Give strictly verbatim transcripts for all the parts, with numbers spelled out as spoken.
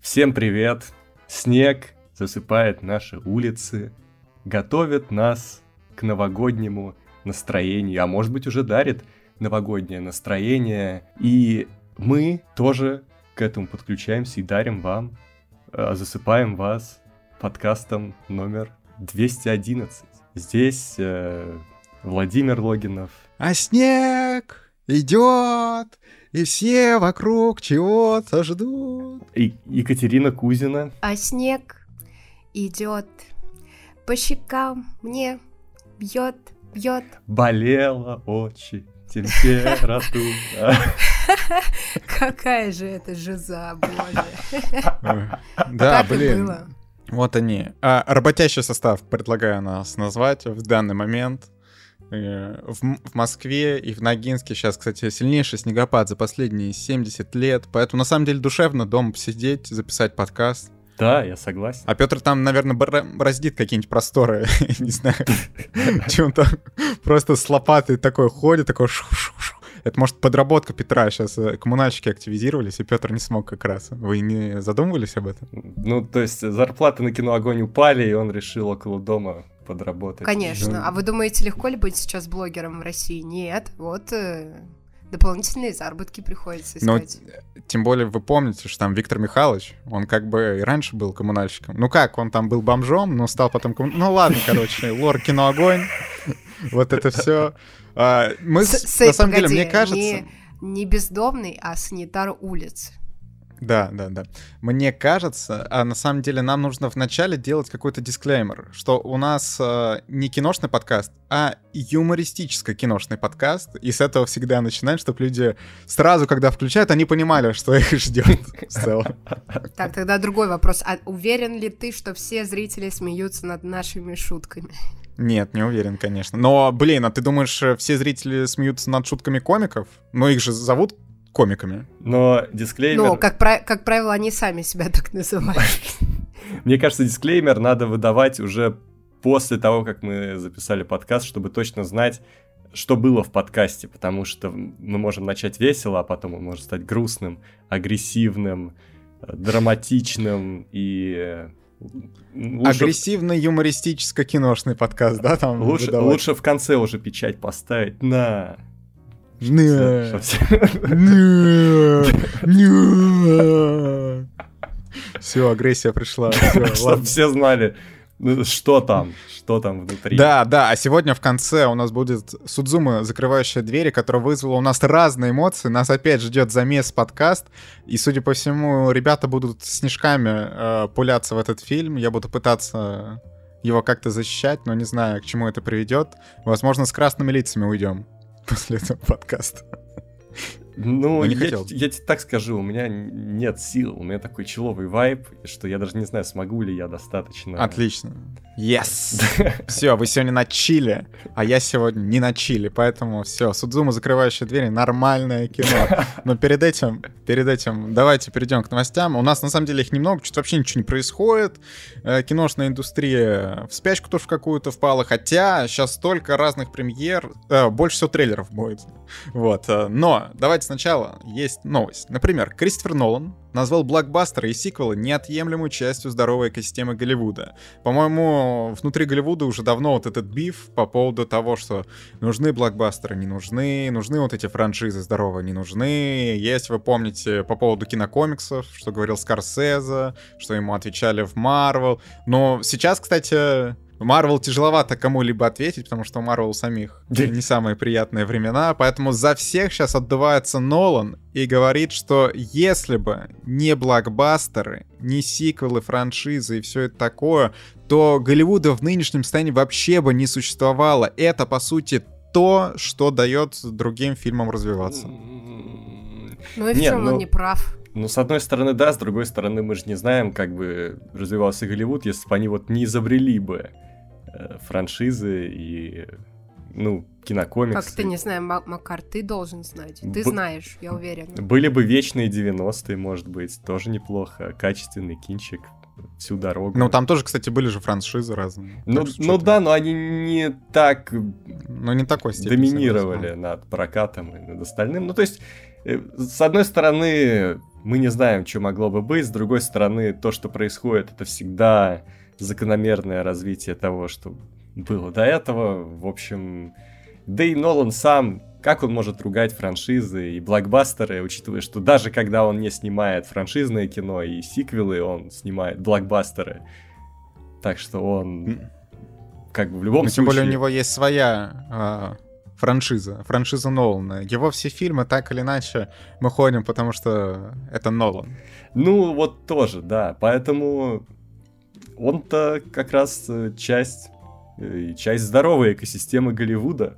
Всем привет! Снег засыпает наши улицы, готовит нас к новогоднему настроению, а может быть уже дарит новогоднее настроение. И мы тоже к этому подключаемся и дарим вам, засыпаем вас подкастом номер двести одиннадцать. Здесь э, Владимир Логинов. А снег идет, и все вокруг чего-то ждут. И Екатерина Кузина. А снег идет, по щекам мне бьет, бьет. Болела очень температура. Какая же это жиза, боже. Да, блин. Вот они. Работящий состав предлагаю нас назвать в данный момент. В, в Москве и в Ногинске сейчас, кстати, сильнейший снегопад за последние семьдесят лет, поэтому на самом деле душевно дома посидеть, записать подкаст. Да, я согласен. А Петр там, наверное, бороздит какие-нибудь просторы, не знаю, чем он там просто с лопатой такой ходит, такой шу-шу-шу. Это, может, подработка Петра, сейчас коммунальщики активизировались, и Петр не смог как раз. Вы не задумывались об этом? Ну, то есть зарплаты на кино «Огонь» упали, и он решил около дома подработать. Конечно. А вы думаете, легко ли быть сейчас блогером в России? Нет. Вот э, дополнительные заработки приходится искать. Ну, тем более вы помните, что там Виктор Михайлович, он как бы и раньше был коммунальщиком. Ну как, он там был бомжом, но стал потом коммунальщиком. Ну ладно, короче, лор кино «Огонь». Вот это все. Мы, на самом деле, мне кажется... Не бездомный, а санитар улиц. Да, да, да. Мне кажется, а на самом деле нам нужно вначале делать какой-то дисклеймер, что у нас э, не киношный подкаст, а юмористическо-киношный подкаст, и с этого всегда начинаем, чтобы люди сразу, когда включают, они понимали, что их ждет в целом. Так, тогда другой вопрос. А уверен ли ты, что все зрители смеются над нашими шутками? Нет, не уверен, конечно. Но, блин, а ты думаешь, все зрители смеются над шутками комиков? Но их же зовут комиками. Но дисклеймер... Ну, как, про... как правило, они сами себя так называют. Мне кажется, дисклеймер надо выдавать уже после того, как мы записали подкаст, чтобы точно знать, что было в подкасте, потому что мы можем начать весело, а потом он может стать грустным, агрессивным, драматичным и... Лучше... Агрессивно-юмористическо-киношный подкаст, да? Там лучше, лучше в конце уже печать поставить на... Не. Все, агрессия пришла. Чтобы все знали, что там, что там внутри. Да, да, а сегодня в конце у нас будет Судзума, закрывающая двери, которая вызвала у нас разные эмоции. Нас опять ждет замес подкаст. И, судя по всему, ребята будут снежками э, пуляться в этот фильм. Я буду пытаться его как-то защищать, но не знаю, к чему это приведет. Возможно, с красными лицами уйдем после этого подкаста. Ну, я, я, я тебе так скажу, у меня нет сил, у меня такой человый вайб, что я даже не знаю, смогу ли я достаточно... Отлично. Yes! Все, вы сегодня на чиле, а я сегодня не на чиле, поэтому все, Судзума, закрывающая двери, нормальное кино. Но перед этим, перед этим давайте перейдем к новостям. У нас на самом деле их немного, что-то вообще ничего не происходит. Киношная индустрия в спячку тоже в какую-то впала, хотя сейчас столько разных премьер, больше всего трейлеров будет. Вот, но давайте сначала есть новость. Например, Кристофер Нолан назвал блокбастеры и сиквелы неотъемлемой частью здоровой экосистемы Голливуда. По-моему, внутри Голливуда уже давно вот этот биф по поводу того, что нужны блокбастеры, не нужны, нужны вот эти франшизы здоровые, не нужны. Если вы помните по поводу кинокомиксов, что говорил Скорсезе, что ему отвечали в Марвел. Но сейчас, кстати... Марвел тяжеловато кому-либо ответить, потому что у Марвел самих не самые приятные времена, поэтому за всех сейчас отдувается Нолан и говорит, что если бы не блокбастеры, не сиквелы, франшизы и все это такое, то Голливуда в нынешнем состоянии вообще бы не существовало. Это, по сути, то, что дает другим фильмам развиваться. Ну и в чем он не прав? Ну, с одной стороны, да, с другой стороны, мы же не знаем, как бы развивался Голливуд, если бы они вот не изобрели бы э, франшизы и, ну, кинокомиксы. Как ты не знаешь, Макар, ты должен знать. Ты Б- знаешь, я уверена. Были бы вечные девяностые, может быть, тоже неплохо. Качественный кинчик всю дорогу. Ну, там тоже, кстати, были же франшизы разные. Ну, ну да, но они не так ну, не такой степени доминировали над прокатом и над остальным. Ну, то есть, с одной стороны, мы не знаем, что могло бы быть. С другой стороны, то, что происходит, это всегда закономерное развитие того, что было до этого. В общем, да и Нолан сам, как он может ругать франшизы и блокбастеры, учитывая, что даже когда он не снимает франшизное кино и сиквелы, он снимает блокбастеры. Так что он как бы в любом Но, случае... Тем более у него есть своя... франшиза, франшиза Нолана. Его все фильмы, так или иначе, мы ходим, потому что это Нолан. Ну, вот тоже, да. Поэтому он-то как раз часть, часть здоровой экосистемы Голливуда.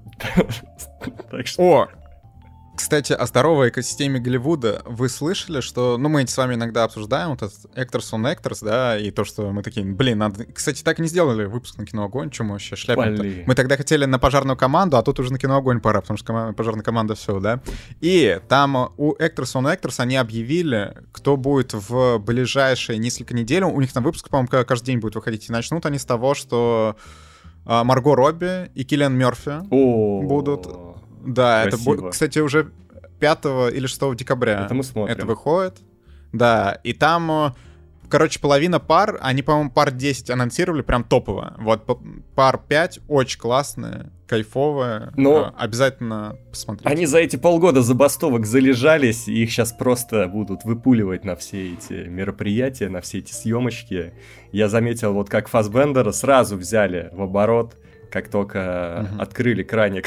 О! Кстати, о здоровой экосистеме Голливуда вы слышали, что... Ну, мы с вами иногда обсуждаем вот этот Actors on Actors, да, и то, что мы такие, блин, надо... Кстати, так и не сделали выпуск на Кино Огонь, чему вообще шляпим-то? Мы тогда хотели на пожарную команду, а тут уже на Кино Огонь пора, потому что команда, пожарная команда все, да? И там у Actors on Actors они объявили, кто будет в ближайшие несколько недель, у них там выпуск, по-моему, каждый день будет выходить, и начнут они с того, что Марго Робби и Киллиан Мёрфи будут... Да, красиво. Это, кстати, уже пятого или шестого декабря это, мы смотрим. Это выходит. Да, и там, короче, половина пар, они, по-моему, пар десять анонсировали прям топово. Вот пар пять очень классные, кайфовые. Но обязательно посмотрите. Они за эти полгода забастовок залежались, и их сейчас просто будут выпуливать на все эти мероприятия, на все эти съемочки. Я заметил, вот как Фассбендера сразу взяли в оборот, как только угу. открыли краник...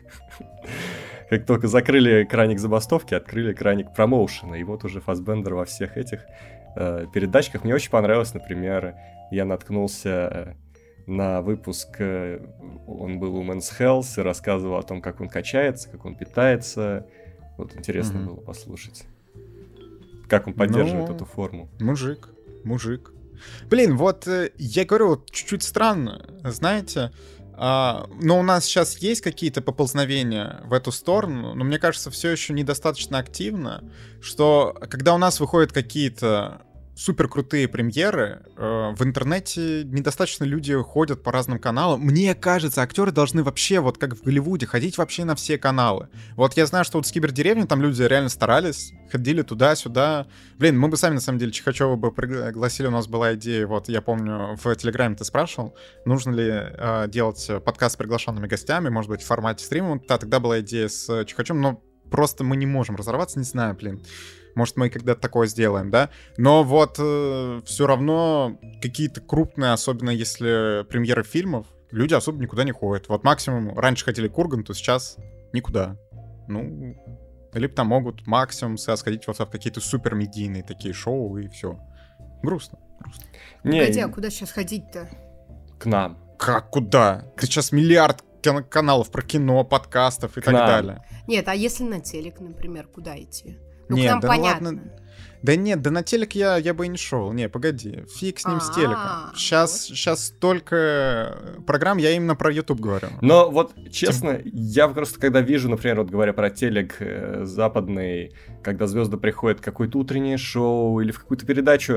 Как только закрыли краник забастовки, открыли краник промоушена. И вот уже Фассбендер во всех этих э, передачках. Мне очень понравилось, например, я наткнулся на выпуск, э, он был у Men's Health и рассказывал о том, как он качается, как он питается. Вот интересно mm-hmm. было послушать, как он поддерживает ну, эту форму. Мужик, мужик. Блин, вот э, я говорю, вот, чуть-чуть странно, знаете... Uh, но у нас сейчас есть какие-то поползновения в эту сторону, но мне кажется, все еще недостаточно активно, что когда у нас выходят какие-то супер крутые премьеры, uh, в интернете недостаточно люди ходят по разным каналам. Мне кажется, актеры должны вообще, вот как в Голливуде, ходить вообще на все каналы. Вот я знаю, что вот с Кибердеревни там люди реально старались, ходили туда-сюда. Блин, мы бы сами, на самом деле, Чихачева бы пригласили, у нас была идея, вот я помню, в Телеграме ты спрашивал, нужно ли э, делать подкаст с приглашенными гостями, может быть, в формате стрима. Да, тогда была идея с Чихачевым, но просто мы не можем разорваться, не знаю, блин. Может, мы когда-то такое сделаем, да? Но вот э, все равно какие-то крупные, особенно если премьеры фильмов, люди особо никуда не ходят. Вот максимум, раньше ходили к Урганту, сейчас никуда. Ну, либо там могут максимум сходить вот в какие-то супермедийные такие шоу, и все. Грустно, грустно. Не, Погоди, а куда сейчас ходить-то? К нам. Как, куда? Ты сейчас миллиард каналов про кино, подкастов и к так нам. Далее. Нет, а если на телек, например, куда идти? Ну, нет, к нам да понятно. Ну, ладно. Да нет, да на телек я, я бы и не шел. Не, погоди, фиг с ним, с телеком. Сейчас, сейчас столько программ, я именно про YouTube говорю. Но вот, честно, Тем... я просто когда вижу, например, вот говоря про телек э, западный, когда звезды приходят в какое-то утреннее шоу или в какую-то передачу,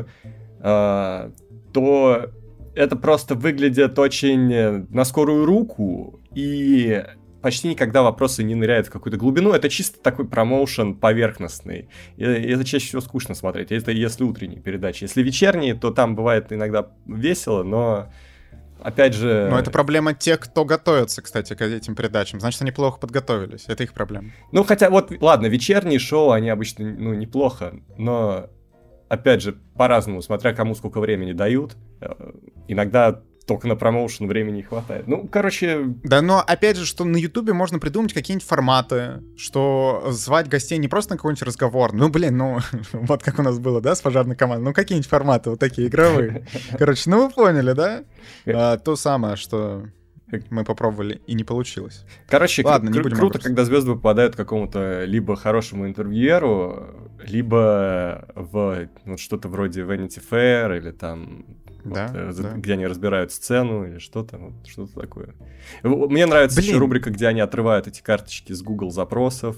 э, то это просто выглядит очень на скорую руку, и... почти никогда вопросы не ныряют в какую-то глубину. Это чисто такой промоушен поверхностный. И это чаще всего скучно смотреть. Это если утренние передачи. Если вечерние, то там бывает иногда весело, но опять же... Но это проблема тех, кто готовится, кстати, к этим передачам. Значит, они плохо подготовились. Это их проблема. Ну, хотя вот, ладно, вечерние шоу, они обычно, ну, неплохо, но, опять же, по-разному, смотря кому сколько времени дают. Иногда... только на промоушен времени не хватает. Ну, короче... Да, но опять же, что на Ютубе можно придумать какие-нибудь форматы, что звать гостей не просто на какой-нибудь разговор. Ну, блин, ну, вот как у нас было, да, с пожарной командой. Ну, какие-нибудь форматы вот такие игровые. Короче, ну вы поняли, да? А, то самое, что мы попробовали и не получилось. Короче, Ладно, кру- не будем круто, когда звезды попадают к какому-то либо хорошему интервьюеру, либо в вот, что-то вроде Vanity Fair или там... Да, вот, да. Где они разбирают сцену или что-то, вот, что-то такое. Мне нравится Блин. еще рубрика, где они отрывают эти карточки с Google запросов.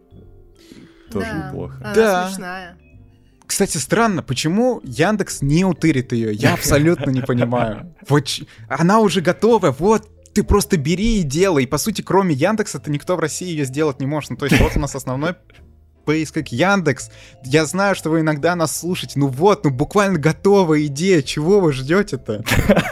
Тоже да, неплохо. Она да. смешная. Кстати, странно, почему Яндекс не утырит ее? Я абсолютно не понимаю. Вот она уже готова, вот. Ты просто бери и делай. И, по сути, кроме Яндекса, ты никто в России ее сделать не может. Ну, то есть, вот у нас основной поисковик Яндекс. Я знаю, что вы иногда нас слушаете. Ну вот, ну буквально готовая идея. Чего вы ждете-то?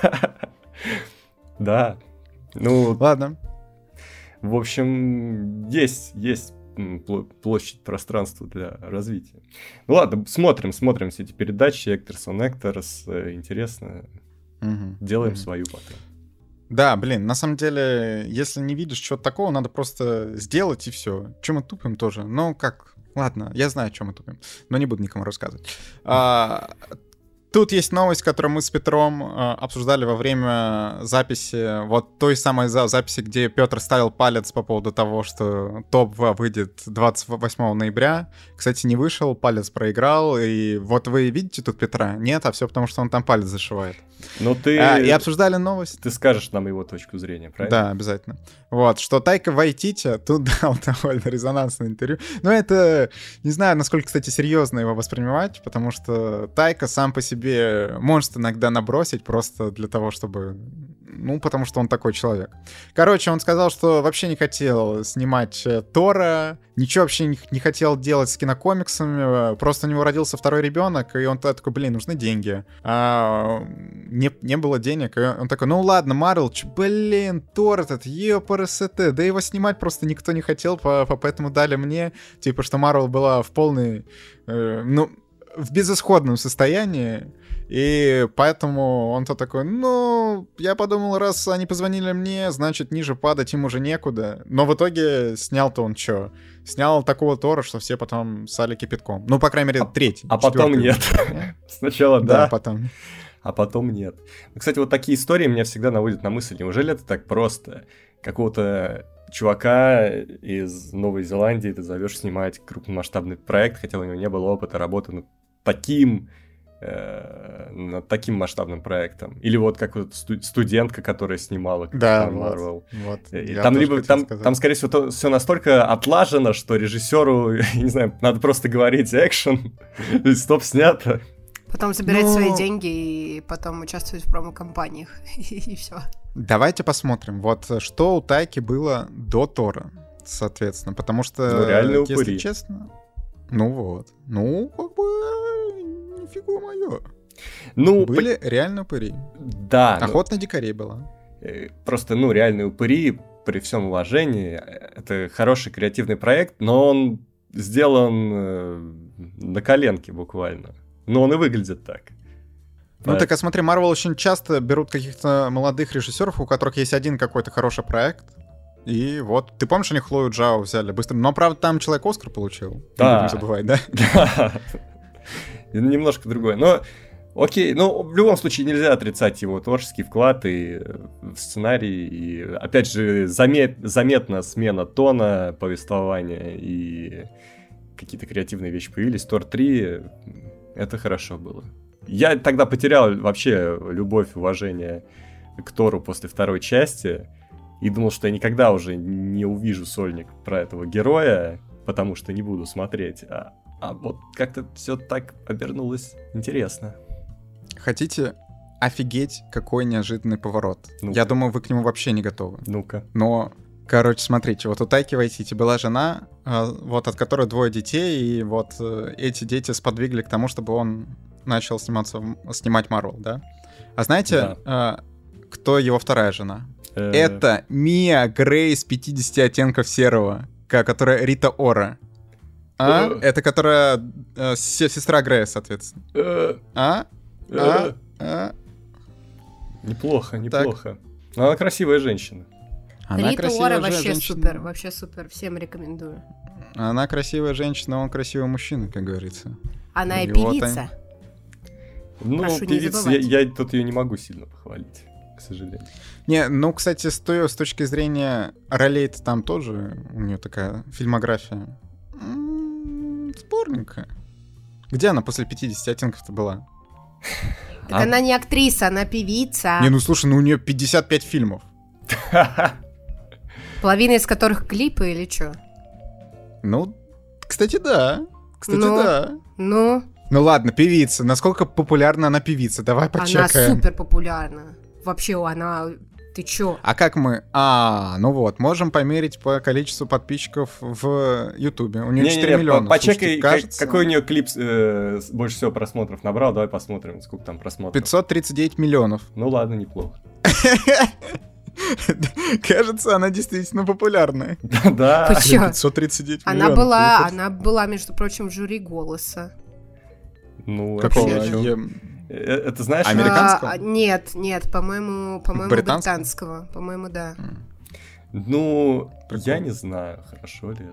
Да. Ну, ладно. В общем, есть, есть площадь пространства для развития. Ну ладно, смотрим, смотрим все эти передачи, Actors on Actors, интересно. Угу. Делаем угу. свою потом. Да, блин, на самом деле, если не видишь чего-то такого, надо просто сделать и все. Чем мы тупим тоже? Ну, как? Ладно, я знаю, чем мы тупим, но не буду никому рассказывать. А, тут есть новость, которую мы с Петром а, обсуждали во время записи, вот той самой за- записи, где Петр ставил палец по поводу того, что топ выйдет двадцать восьмого ноября. Кстати, не вышел, палец проиграл, и вот вы видите тут Петра? Нет, а все потому, что он там палец зашивает. Ну ты... А, и обсуждали новость. Ты скажешь нам его точку зрения, правильно? Да, обязательно. Вот, что Тайка Вайтити тут дал довольно резонансное интервью. Но это, не знаю, насколько, кстати, серьезно его воспринимать, потому что Тайка сам по себе может иногда набросить просто для того, чтобы... Ну, потому что он такой человек. Короче, он сказал, что вообще не хотел снимать Тора, ничего вообще не, не хотел делать с кинокомиксами, просто у него родился второй ребенок, и он такой, блин, нужны деньги. А, не, не было денег, и он такой, ну ладно, Марвел, блин, Тор этот, ЕПРСТ, да его снимать просто никто не хотел, поэтому дали мне, типа, что Марвел была в полной, э, ну, в безысходном состоянии, и поэтому он-то такой, ну, я подумал, раз они позвонили мне, значит, ниже падать им уже некуда. Но в итоге снял-то он что? Снял такого Тора, что все потом ссали кипятком. Ну, по крайней мере, третий. А потом нет. Сначала да, а потом а потом нет. Кстати, вот такие истории меня всегда наводят на мысль, неужели это так просто? Какого-то чувака из Новой Зеландии ты зовешь снимать крупномасштабный проект, хотя у него не было опыта работы над таким... над таким масштабным проектом. Или вот как вот сту- студентка, которая снимала да, Марвел. Вот, вот. Там, либо, там, там, скорее всего, то, все настолько отлажено, что режиссеру, я не знаю, надо просто говорить экшен, и стоп, снято. Потом собирать ну... свои деньги и потом участвовать в промо-компаниях, и все. Давайте посмотрим, вот что у Тайки было до Тора, соответственно, потому что, ну, реально упыри. Если честно... Ну вот, ну, как бы... Фигу мое. Ну, были по... реально упыри. Да. Охота на дикарей была. Просто, ну, реальные упыри, при всем уважении, это хороший креативный проект, но он сделан э, на коленке буквально. Но он и выглядит так. Ну, а... так, а смотри, Marvel очень часто берут каких-то молодых режиссеров, у которых есть один какой-то хороший проект. И вот, ты помнишь, они Хлою Джао взяли быстро? Но, правда, там человек Оскар получил. Да. Не будем забывать, да? Да. Немножко другое. Но, окей, ну, в любом случае нельзя отрицать его творческий вклад и в сценарий. И, опять же, замет, заметна смена тона повествования, и какие-то креативные вещи появились. Тор три, это хорошо было. Я тогда потерял вообще любовь, уважение к Тору после второй части, и думал, что я никогда уже не увижу сольник про этого героя, потому что не буду смотреть. А, а вот как-то все так обернулось интересно. Хотите офигеть, какой неожиданный поворот? Ну-ка. Я думаю, вы к нему вообще не готовы. Ну-ка. Но, короче, смотрите, вот у Тайки Вайтити была жена, вот от которой двое детей, и вот эти дети сподвигли к тому, чтобы он начал сниматься, снимать Марвел, да? А знаете, да. кто его вторая жена? Э... Это Мия Грей из пятьдесят оттенков серого, которая Рита Ора. А? Э... Это которая э, сестра Грея, соответственно. Э... А? Э... А? А? Неплохо, неплохо. Но она красивая женщина. Она Рита Ора вообще женщина. супер, вообще супер, всем рекомендую. Она красивая женщина, он красивый мужчина, как говорится. Она и, и певица. Вот ну, Прошу певица, я, я тут ее не могу сильно похвалить, к сожалению. Не, ну, кстати, с, той, с точки зрения ролей-то там тоже у нее такая фильмография м-м, спорненькая. Где она после пятидесяти оттенков-то была? Так а? Она не актриса, она певица. Не, ну слушай, ну у нее пятьдесят пять фильмов. Половина из которых клипы или что? Ну, кстати, да. Кстати, ну, да. Ну... Ну ладно, певица. Насколько популярна она певица? Давай почекаем. Она супер популярна. Вообще, она Ты чё? А как мы... А, ну вот, можем померить по количеству подписчиков в Ютубе. У нее не, четыре не, не, миллиона. Почекай, Слушайте, кажется... какой у нее клип э, больше всего просмотров набрал. Давай посмотрим, сколько там просмотров. пятьсот тридцать девять миллионов. Ну ладно, неплохо. Кажется, она действительно популярная. Да. пятьсот тридцать девять она миллионов. Была, она была, между прочим, в жюри «Голоса». Ну, какого? вообще, это знаешь... Американского? А, нет, нет, по-моему, по-моему британского. По-моему, да. Ну, я не знаю, хорошо ли это.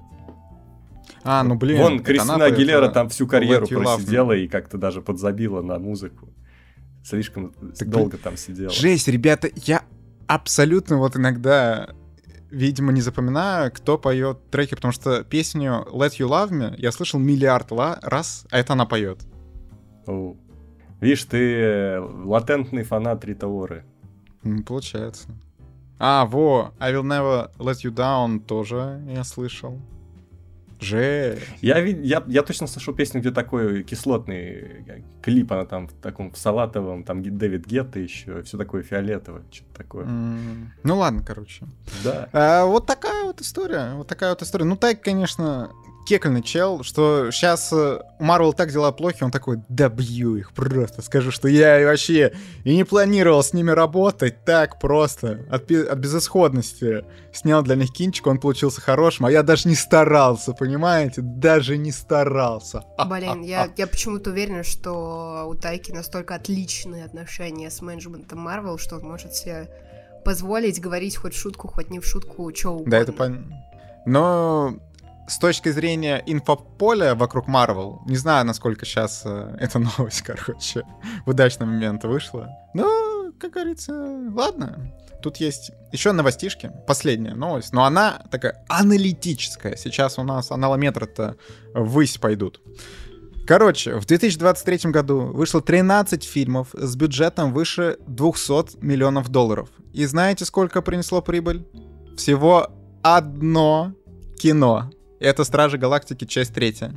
А, ну блин. Вон, Кристина Агилера там всю карьеру просидела и как-то даже подзабила на музыку. Слишком долго там сидела. Жесть, ребята, я абсолютно вот иногда, видимо, не запоминаю, кто поет треки, потому что песню Let You Love Me я слышал миллиард раз, а это она поет. О. Видишь, ты латентный фанат Рита Оры. Ну, получается. А, во, I Will Never Let You Down тоже я слышал. Жесть. Я, я, я точно слышал песню, где такой кислотный клип, она там в таком в салатовом, там Дэвид Гетта еще, все такое фиолетовое, что-то такое. Mm. Ну ладно, короче. Да. А, вот такая вот история, вот такая вот история. Ну, так, конечно, кекальный чел, что сейчас у Марвел так дела плохи, он такой, добью их просто, скажу, что я вообще и не планировал с ними работать, так просто, от, от безысходности снял для них кинчик, он получился хорошим, а я даже не старался, понимаете, даже не старался. Блин, я, я почему-то уверена, что у Тайки настолько отличные отношения с менеджментом Марвел, что он может себе позволить говорить хоть в шутку, хоть не в шутку, что угодно. Да, это понятно. Но... С точки зрения инфополя вокруг Marvel, не знаю, насколько сейчас э, эта новость, короче, в удачный момент вышла. Но, как говорится, ладно. Тут есть еще новостишки, последняя новость, но она такая аналитическая. Сейчас у нас аналометры-то ввысь пойдут. Короче, в две тысячи двадцать третьем году вышло тринадцать фильмов с бюджетом выше двухсот миллионов долларов. И знаете, сколько принесло прибыль? Всего одно кино. Это «Стражи Галактики», часть третья.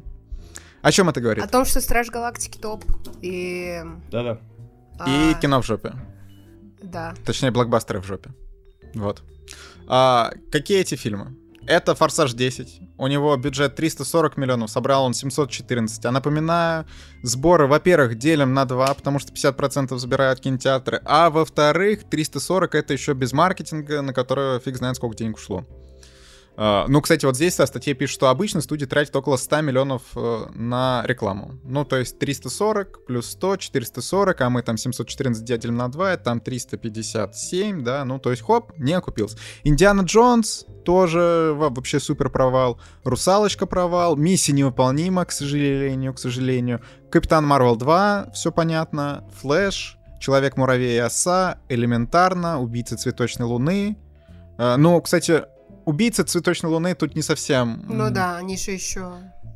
О чем это говорит? О том, что «Страж Галактики» топ. И... Да-да. И а... кино в жопе. Да. Точнее, блокбастеры в жопе. Вот. А, какие эти фильмы? Это «Форсаж десять». У него бюджет триста сорок миллионов, собрал он семьсот четырнадцать. А напоминаю, сборы, во-первых, делим на два, потому что пятьдесят процентов забирают кинотеатры. А во-вторых, триста сорок это еще без маркетинга, на который фиг знает, сколько денег ушло. Uh, ну, кстати, вот здесь в статье пишут, что обычно студии тратят около ста миллионов uh, на рекламу. Ну, то есть триста сорок плюс сто, четыреста сорок, а мы там семьсот четырнадцать делим на два, это там триста пятьдесят семь, да, ну, то есть, хоп, не окупился. «Индиана Джонс» тоже вообще супер провал. «Русалочка» провал. «Миссия невыполнима», к сожалению, к сожалению. «Капитан Марвел два», все понятно. «Флэш», «Человек-муравей и оса», «Элементарно», «Убийца цветочной луны». Uh, ну, кстати... «Убийцы цветочной луны» тут не совсем... Ну да, они же еще...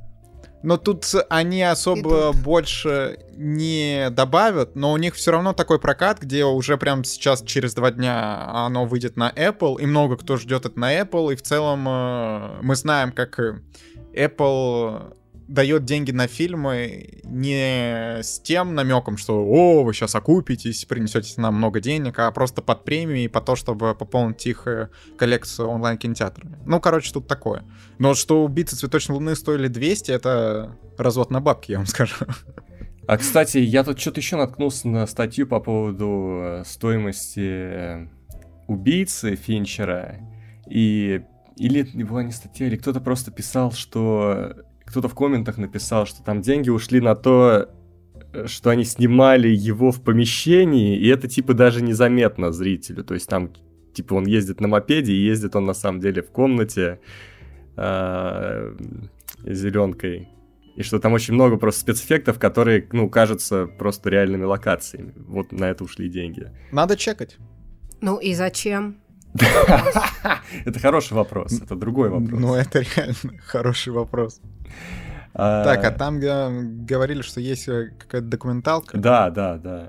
Но тут они особо идут. Больше не добавят, но у них все равно такой прокат, где уже прям сейчас через два дня оно выйдет на Apple, и много кто ждет это на Apple, и в целом мы знаем, как Apple дает деньги на фильмы не с тем намеком, что «О, вы сейчас окупитесь, принесете нам много денег», а просто под премию и по то, чтобы пополнить их коллекцию онлайн-кинотеатрами. Ну, короче, тут такое. Но что «Убийцы цветочной луны» стоили двести, это развод на бабки, я вам скажу. А, кстати, я тут что-то еще наткнулся на статью по поводу стоимости «Убийцы» Финчера, и или была не статья, или кто-то просто писал, что... Кто-то в комментах написал, что там деньги ушли на то, что они снимали его в помещении, и это, типа, даже незаметно зрителю. То есть там, типа, он ездит на мопеде, и ездит он, на самом деле, в комнате э, зеленкой. И что там очень много просто спецэффектов, которые, ну, кажутся просто реальными локациями. Вот на это ушли деньги. Надо чекать. Ну и зачем? Это хороший вопрос, это другой вопрос. Ну, это реально хороший вопрос. А... Так, а там говорили, что есть какая-то документалка. Да, да, да.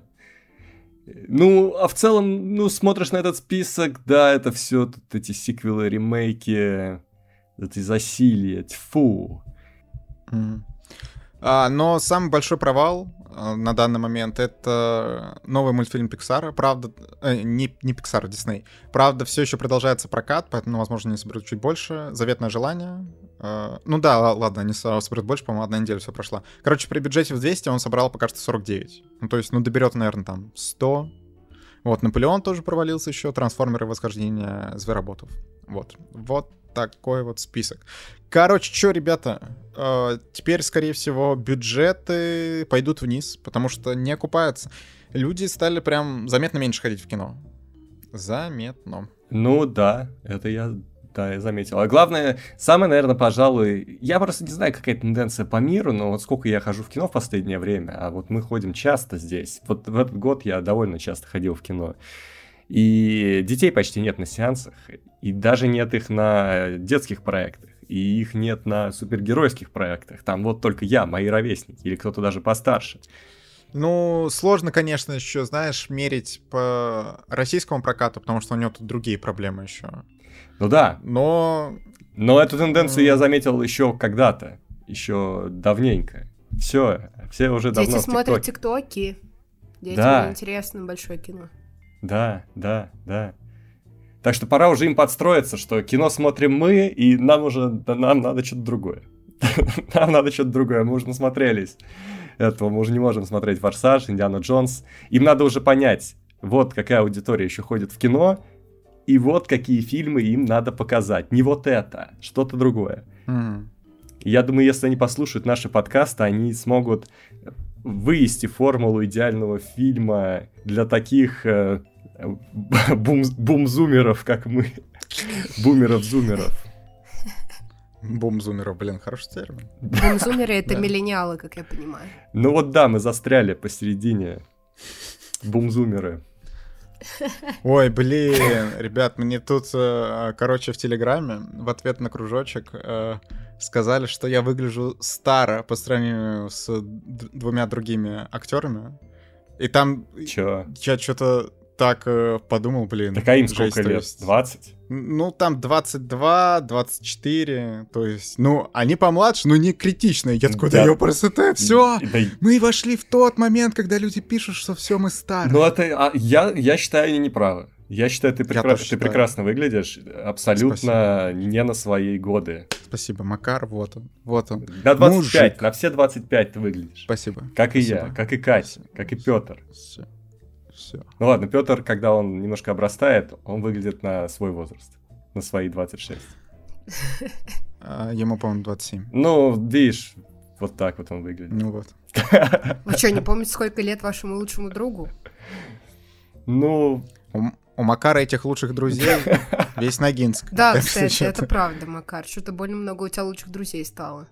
Ну, а в целом, ну, смотришь на этот список, да, это все тут эти сиквелы, ремейки, это засилье, тьфу. Mm. А, но самый большой провал а, на данный момент — это новый мультфильм Pixar. Правда, э, не, не Pixar, а Disney. Правда, все еще продолжается прокат, поэтому, возможно, они соберут чуть больше. «Заветное желание». А, ну да, ладно, они соберут больше, по-моему, одна неделя все прошла. Короче, при бюджете в двести он собрал пока что сорок девять. Ну, то есть, ну, доберет, наверное, там сто. Вот, «Наполеон» тоже провалился еще, «Трансформеры. Восхождение звероботов». Вот, вот такой вот список. Короче, что, ребята, э, теперь, скорее всего, бюджеты пойдут вниз, потому что не окупаются. Люди стали прям заметно меньше ходить в кино. Заметно. Ну да, это я, да, я заметил. А главное, самое, наверное, пожалуй, я просто не знаю, какая тенденция по миру, но вот сколько я хожу в кино в последнее время, а вот мы ходим часто здесь. Вот в этот год я довольно часто ходил в кино. И детей почти нет на сеансах, и даже нет их на детских проектах, и их нет на супергеройских проектах. Там вот только я, мои ровесники, или кто-то даже постарше. Ну, сложно, конечно, еще, знаешь, мерить по российскому прокату, потому что у него тут другие проблемы еще. Ну да. Но... Но эту тенденцию я заметил еще когда-то, еще давненько. Все, все уже давно Дети в смотрят ТикТоке. ТикТоки. Детям Да. интересно большое кино. Да, да, да. Так что пора уже им подстроиться, что кино смотрим мы, и нам уже, да, нам надо что-то другое. Нам надо что-то другое, мы уже насмотрелись этого, мы уже не можем смотреть «Форсаж», «Индиана Джонс». Им надо уже понять, вот какая аудитория еще ходит в кино, и вот какие фильмы им надо показать. Не вот это, что-то другое. Mm. Я думаю, если они послушают наши подкасты, они смогут вывести формулу идеального фильма для таких э, бум, бум-зумеров, как мы. Бумеров-зумеров. Бум-зумеров, блин, хороший термин. Бум-зумеры — это миллениалы, как я понимаю. Ну вот да, мы застряли посередине. Бум-зумеры. Ой, блин, ребят, мне тут, короче, в Телеграме в ответ на кружочек сказали, что я выгляжу старо по сравнению с двумя другими актерами. И там Чё? Я что-то так подумал, блин. Так а им сколько жесть, лет? есть... двадцать? Ну, там двадцать два, двадцать четыре, то есть, ну, они помладше, но не критичные. Я такой, да, да ёпрст, все, да... мы вошли в тот момент, когда люди пишут, что все мы старые. Ну, это, а, я, я считаю, они неправы. Я считаю, ты, прекра... ты прекрасно выглядишь, абсолютно Спасибо. Не на свои годы. Спасибо, Макар, вот он, вот он. На двадцать пять, мужик. На все двадцать пять ты выглядишь. Спасибо. Как Спасибо. и я, как и Катя, Спасибо. Как и Петр. Все. Все. Ну ладно, Петр, когда он немножко обрастает, он выглядит на свой возраст, на свои двадцать шесть. А, ему, по-моему, двадцать семь. Ну, видишь, вот так вот он выглядит. Ну вот. Вы что, не помните, сколько лет вашему лучшему другу? Ну... У, у Макара этих лучших друзей весь Ногинск. Да, кстати, это правда, Макар. Что-то больно много у тебя лучших друзей стало.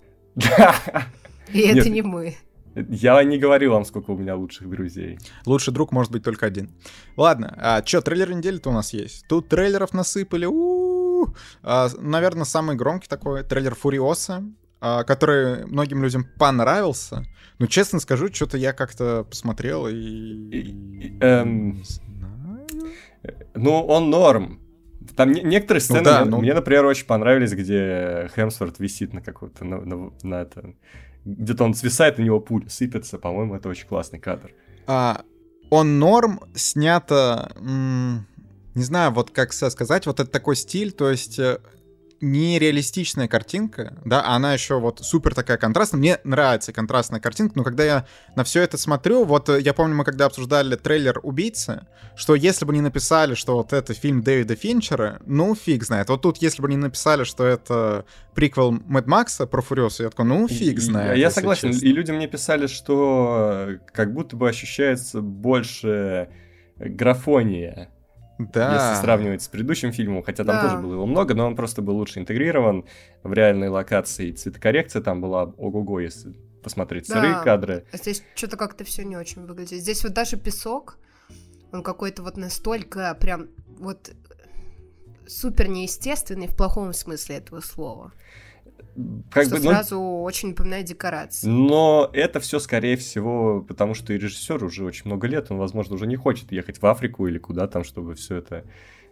И это не мы. Я не говорю вам, сколько у меня лучших друзей. Лучший друг может быть только один. Ладно, а что, трейлер недели-то у нас есть? Тут трейлеров насыпали. У-у-у. А, наверное, самый громкий такой трейлер Фуриоса, а, который многим людям понравился. Но, честно скажу, что-то я как-то посмотрел и... и эм... не знаю. Ну, он норм. Там не- некоторые сцены ну, да, мне, ну... мне, например, очень понравились, где Хемсворт висит на какой-то... На, на, на это... Где-то он свисает, на него пуля сыпется. По-моему, это очень классный кадр. А, он норм, снято... М- не знаю, вот как сказать, вот это такой стиль, то есть... нереалистичная картинка, да, она еще вот супер такая контрастная. Мне нравится контрастная картинка, но когда я на все это смотрю, вот я помню, мы когда обсуждали трейлер «Убийцы», что если бы не написали, что вот это фильм Дэвида Финчера, ну, фиг знает. Вот тут, если бы не написали, что это приквел Мэд Макса про Фуриоса, я такой, ну, фиг знает. И, я согласен, честно. И люди мне писали, что как будто бы ощущается больше графония. Да. Если сравнивать с предыдущим фильмом, хотя там да. тоже было его много, но он просто был лучше интегрирован в реальной локации. Цветокоррекция там была ого-го, если посмотреть да. сырые кадры. А здесь что-то как-то все не очень выглядит. Здесь вот даже песок, он какой-то вот настолько прям вот супер неестественный в плохом смысле этого слова. Как что бы, сразу ну, очень напоминает декорации. Но это все, скорее всего, потому что и режиссер уже очень много лет, он, возможно, уже не хочет ехать в Африку или куда там, чтобы все это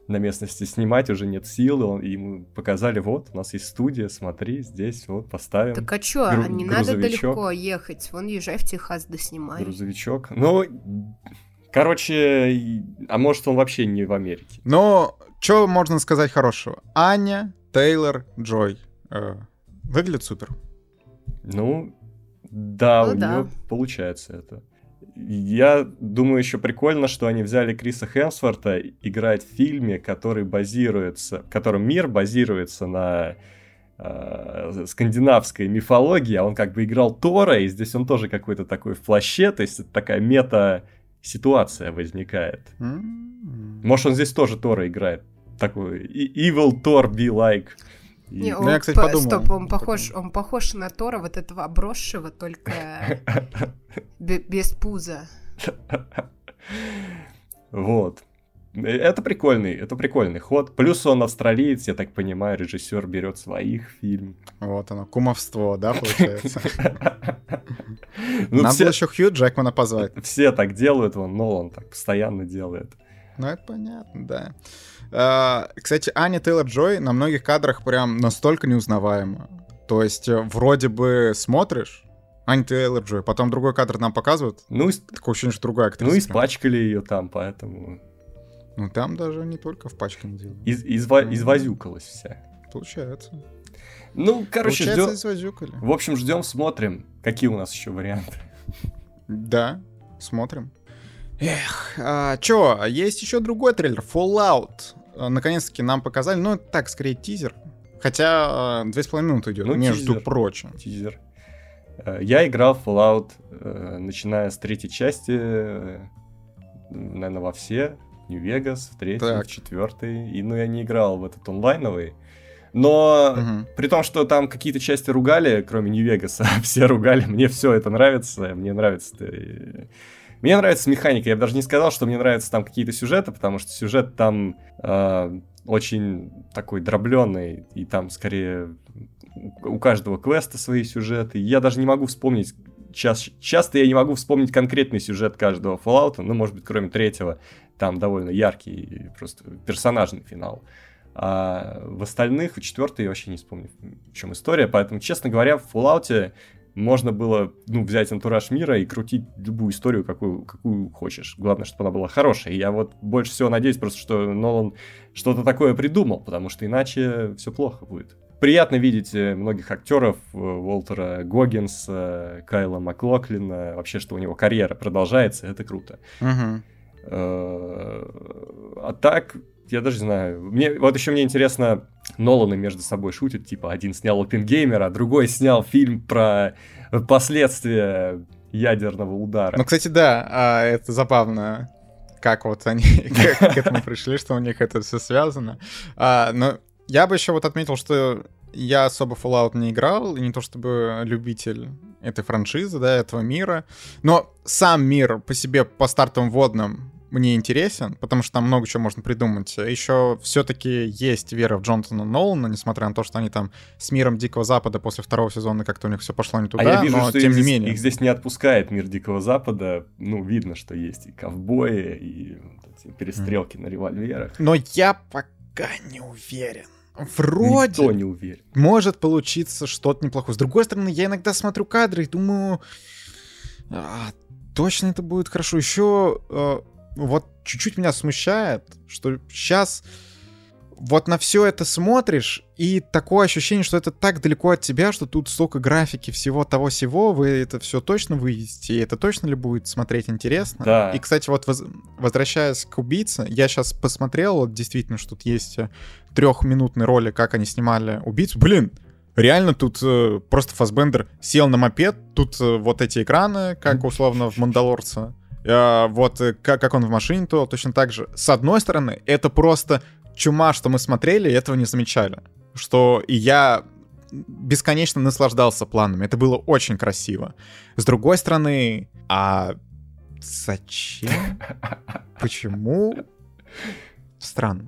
на местности снимать, уже нет сил, он, и ему показали, вот, у нас есть студия, смотри, здесь вот поставим. Так а чё, гру- не надо далеко ехать, вон езжай в Техас, да снимай. Грузовичок. Ну, короче, а может он вообще не в Америке. Но что можно сказать хорошего? Аня Тейлор-Джой э, выглядит супер. Ну, да, Ну у да. нее получается это. Я думаю, еще прикольно, что они взяли Криса Хемсворта играть в фильме, который базируется, в котором мир базируется на э, скандинавской мифологии, а он как бы играл Тора, и здесь он тоже какой-то такой в плаще, то есть это такая мета-ситуация возникает. М-м. Может, он здесь тоже Тора играет. Такой evil Thor be like. И- Не, Ну, он, я, кстати, по- подумал. Стоп, он похож, он похож на Тора, вот этого обросшего, только бе- без пуза. Вот. Это прикольный, это прикольный ход. Плюс он австралиец, я так понимаю, режиссер берет своих фильм. Вот оно, кумовство, да, получается? Ну, Надо все, было еще Хью Джекмана позвать. все так делают, вон Нолан так постоянно делает. Ну, это понятно, да. А, кстати, Аня Тейлор-Джой на многих кадрах прям настолько неузнаваема. То есть, э, вроде бы смотришь Аня Тейлор-Джой, потом другой кадр нам показывают. Ну, и- Такое ощущение, что другая актриса. ну прям. испачкали ее там, поэтому Ну, там даже не только в пачкании дело. из, изва- извозюкалась вся. Получается. Ну, короче, Получается, ждем. извозюкали. В общем, ждем, смотрим, какие у нас еще варианты. Да, смотрим. Эх, а, чё, есть еще другой трейлер, Fallout. А, наконец-таки нам показали, ну, так, скорее, тизер. Хотя а, две с половиной минуты идет, Ну, между тизер. прочим. Тизер. Э, Я играл в Fallout, э, начиная с третьей части, э, наверное, во все. Нью-Вегас, в третьей, Так. в четвертой. И, ну, я не играл в этот онлайновый. Но Мгм. при том, что там какие-то части ругали, кроме Нью-Вегаса, все ругали, мне все это нравится. Мне нравится... э, Мне нравится механика. Я бы даже не сказал, что мне нравятся там какие-то сюжеты, потому что сюжет там э, очень такой дробленый, и там скорее у каждого квеста свои сюжеты. Я даже не могу вспомнить, час, часто я не могу вспомнить конкретный сюжет каждого Fallout, ну, может быть, кроме третьего, там довольно яркий, просто персонажный финал. А в остальных, в четвертой я вообще не вспомню, в чем история, поэтому, честно говоря, в Fallout можно было, ну, взять антураж мира и крутить любую историю, какую, какую хочешь. Главное, чтобы она была хорошая. И я вот больше всего надеюсь просто, что Нолан что-то такое придумал, потому что иначе все плохо будет. Приятно видеть э, многих актеров, э, Уолтера Гоггинса, Кайла Маклоклина, вообще, что у него карьера продолжается, это круто. Мгм. Э, А так, я даже не знаю. Мне, вот еще мне интересно, Ноланы между собой шутят, типа, один снял Оппенгеймера, а другой снял фильм про последствия ядерного удара. Ну, кстати, да, а, это забавно, как вот они как к этому пришли, что у них это все связано. А, но я бы еще вот отметил, что я особо в Fallout не играл, и не то чтобы любитель этой франшизы, да, этого мира, но сам мир по себе, по стартовым вводным, мне интересен, потому что там много чего можно придумать. Еще все-таки есть вера в Джонатана Нолана, несмотря на то, что они там с миром Дикого Запада после второго сезона как-то у них все пошло не туда, а я вижу, но что тем их, не здесь, менее. их здесь не отпускает мир Дикого Запада. Ну, видно, что есть и ковбои, и вот эти перестрелки mm. на револьверах. Но я пока не уверен. Вроде Никто не уверен. может получиться что-то неплохое. С другой стороны, я иногда смотрю кадры и думаю, а, точно это будет хорошо. Еще а, вот чуть-чуть меня смущает, что сейчас вот на все это смотришь, и такое ощущение, что это так далеко от тебя, что тут столько графики, всего того-сего, вы это все точно выведете, и это точно ли будет смотреть интересно? Да. И, кстати, вот воз- возвращаясь к «Убийце», я сейчас посмотрел, вот действительно, что тут есть трехминутный ролик, как они снимали «Убийцу». Блин, реально тут э, просто Фассбендер сел на мопед, тут э, вот эти экраны, как условно в «Мандалорце», э, вот э, как, как он в машине, то точно так же. С одной стороны, это просто чума, что мы смотрели и этого не замечали. Что и я бесконечно наслаждался планами. Это было очень красиво. С другой стороны, а зачем? Почему? Странно.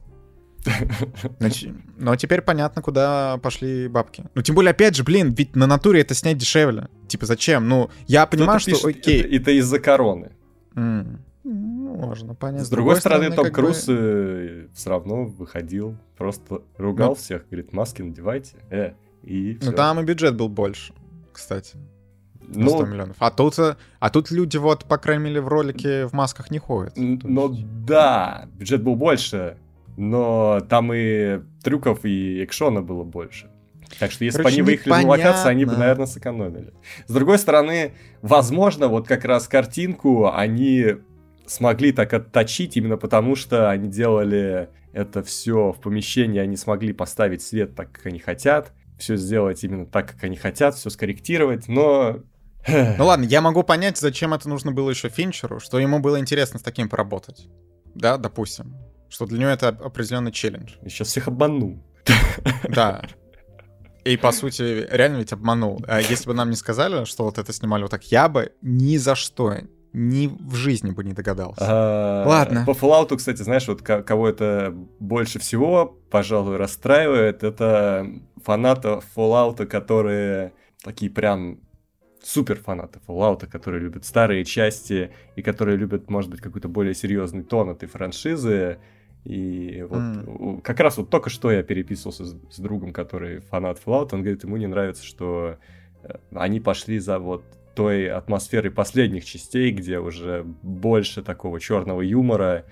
Значит, но теперь понятно, куда пошли бабки. Ну, тем более, опять же, блин, ведь на натуре это снять дешевле. Типа, зачем? Ну, я понимаю, Кто-то что пишет, окей. Это, это из-за короны. М. Можно понять. С другой стороны, Том как Круз бы... все равно выходил, просто ругал ну, всех, говорит, маски надевайте, э, и Ну всё. там и бюджет был больше, кстати. Ну, сто миллионов. А тут, а тут люди вот, по крайней мере, в ролике в масках не ходят. Ну есть... да, бюджет был больше, но там и трюков, и экшона было больше. Так что если бы они выехали на локацию, они бы, наверное, сэкономили. С другой стороны, возможно, вот как раз картинку они смогли так отточить именно потому, что они делали это все в помещении, они смогли поставить свет так, как они хотят, все сделать именно так, как они хотят, все скорректировать, но... Ну ладно, я могу понять, зачем это нужно было еще Финчеру, что ему было интересно с таким поработать. Да, допустим. Что для него это определенный челлендж. Я сейчас всех обманул. Да. И, по сути, реально ведь обманул. А если бы нам не сказали, что вот это снимали вот так, я бы ни за что, ни в жизни бы не догадался. А, ладно. По Fallout, кстати, знаешь, вот кого это больше всего, пожалуй, расстраивает, это фанаты Fallout, которые такие прям... супер фанаты Fallout, которые любят старые части и которые любят, может быть, какой-то более серьезный тон этой франшизы. И вот mm. как раз вот только что я переписывался с, с другом, который фанат Fallout, он говорит, ему не нравится, что они пошли за вот той атмосферой последних частей, где уже больше такого черного юмора,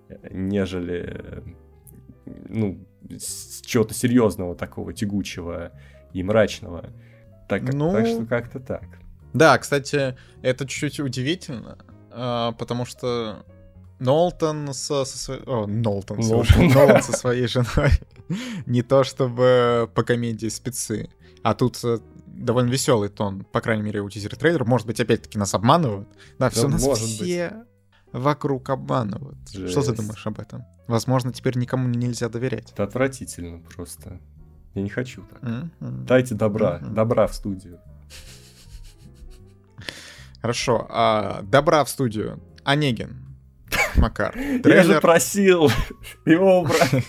нежели ну, чего-то серьезного, такого тягучего и мрачного. Так, ну... так что как-то так. Да, кстати, это чуть-чуть удивительно, потому что Нолтон со, со своей... О, Нолтон, Нолтон. Нолтон со своей женой не то чтобы по комедии спецы, а тут довольно веселый тон, по крайней мере, у тизера трейлера. Может быть, опять-таки нас обманывают. Да, все да, нас все быть. Вокруг обманывают. Жесть. Что ты думаешь об этом? Возможно, теперь никому нельзя доверять. Это отвратительно просто. Я не хочу так. Mm-hmm. Дайте добра. Mm-hmm. Добра в студию. Хорошо. А, добра в студию. Онегин. Макар. Я же просил его убрать.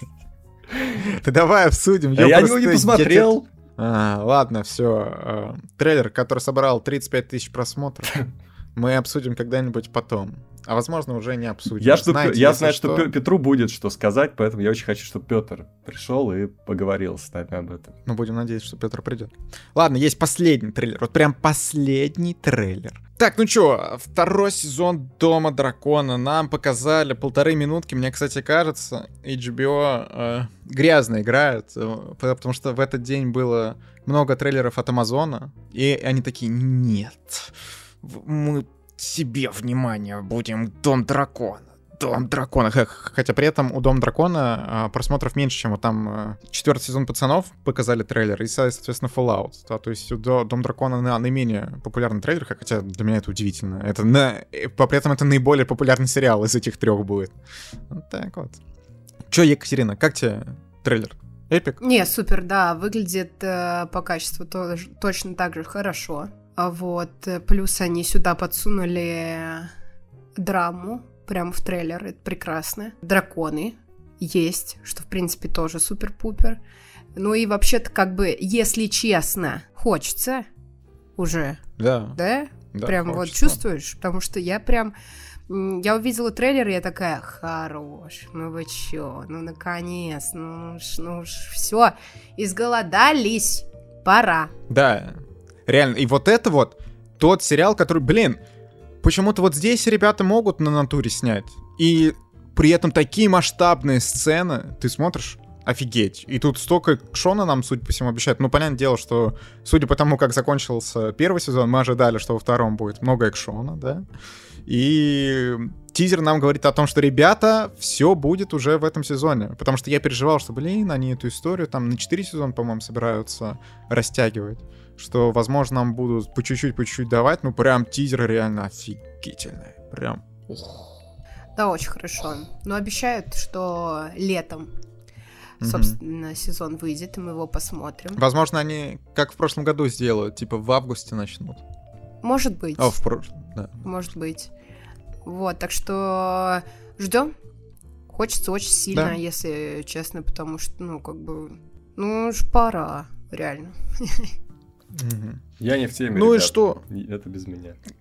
Ты давай обсудим. Я его не посмотрел. Ладно, все. Трейлер, который собрал тридцать пять тысяч просмотров, мы обсудим когда-нибудь потом. А возможно, уже не обсудим. Я, Знаете, я знаю, что... что Петру будет что сказать, поэтому я очень хочу, чтобы Петр пришел и поговорил с нами об этом. Ну, будем надеяться, что Петр придет. Ладно, есть последний трейлер. Вот прям последний трейлер. Так, ну чё, второй сезон Дома Дракона нам показали полторы минутки. Мне, кстати, кажется, эйч би о э, грязно играет, потому что в этот день было много трейлеров от Амазона, и они такие, нет, мы... себе внимание будем Дом Дракона. Дом Дракона. Хотя при этом у Дом Дракона просмотров меньше, чем вот там четвертый сезон Пацанов показали трейлер, и, соответственно, Fallout. Да, то есть у Дом Дракона наименее популярный трейлер, хотя для меня это удивительно. Это на... При этом это наиболее популярный сериал из этих трех будет. Вот так вот. Чё, Екатерина, как тебе трейлер? Эпик? Не, супер, да. Выглядит э, по качеству тоже, точно так же хорошо. Вот, плюс они сюда подсунули драму, прямо в трейлер, это прекрасно. Драконы есть, что, в принципе, тоже супер-пупер. Ну и вообще-то, как бы, если честно, хочется уже. Да. Да? Да, прям хочется. Вот чувствуешь? Потому что я прям... Я увидела трейлер, и я такая, хорош, ну вы чё, ну наконец, ну, ну все, изголодались, пора. Да, реально, и вот это вот тот сериал, который, блин, почему-то вот здесь ребята могут на натуре снять, и при этом такие масштабные сцены, ты смотришь, офигеть. И тут столько экшона нам, судя по всему, обещают. Ну, понятное дело, что, судя по тому, как закончился первый сезон, мы ожидали, что во втором будет много экшона, да. И тизер нам говорит о том, что, ребята, все будет уже в этом сезоне. Потому что я переживал, что, блин, они эту историю там на четыре сезона, по-моему, собираются растягивать. Что, возможно, нам будут по чуть-чуть, по чуть-чуть давать. Ну, прям тизер реально офигительный. Прям. Ух. Да, очень хорошо. Но обещают, что летом, собственно, mm-hmm. сезон выйдет, и мы его посмотрим. Возможно, они, как в прошлом году, сделают. Типа в августе начнут. Может быть. О, в прошлом, да. Может быть. Вот, так что ждем. Хочется очень сильно, да. Если честно, потому что, ну, как бы, ну, уж пора, реально. Угу. Я не в теме, Ну ребят. И что? Это без меня.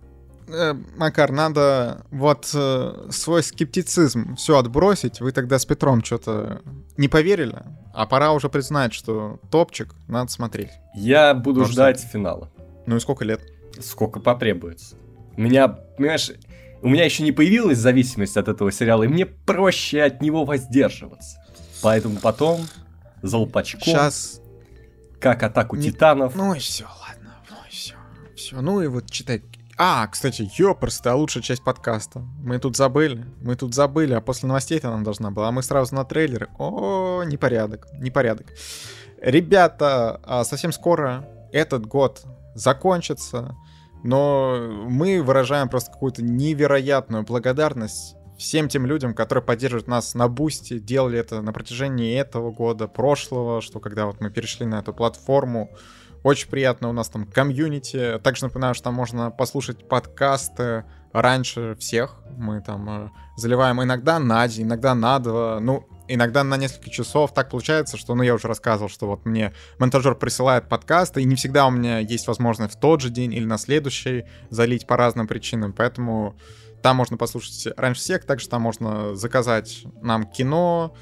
э, Макар, надо вот э, свой скептицизм все отбросить. Вы тогда с Петром что-то не поверили, а пора уже признать, что топчик надо смотреть. Я буду Может, ждать финала. Ну и сколько лет? Сколько потребуется. У меня, понимаешь, у меня еще не появилась зависимость от этого сериала, и мне проще от него воздерживаться. Поэтому потом залпачком, Сейчас... как атаку Не... титанов. Ну и все, ладно, ну и все. Все, ну и вот читать. А, кстати, ёпрст, а лучшая часть подкаста. Мы тут забыли, мы тут забыли, а после новостей-то нам должна была, а мы сразу на трейлеры. О, непорядок, непорядок. Ребята, совсем скоро этот год закончится, но мы выражаем просто какую-то невероятную благодарность всем тем людям, которые поддерживают нас на Бусти, делали это на протяжении этого года, прошлого, что когда вот мы перешли на эту платформу, очень приятно, у нас там комьюнити. Также напоминаю, что там можно послушать подкасты раньше всех. Мы там э, заливаем иногда на день, иногда на два, ну, иногда на несколько часов. Так получается, что, ну, я уже рассказывал, что вот мне монтажер присылает подкасты, и не всегда у меня есть возможность в тот же день или на следующий залить по разным причинам, поэтому там можно послушать раньше всех, также там можно заказать нам кино,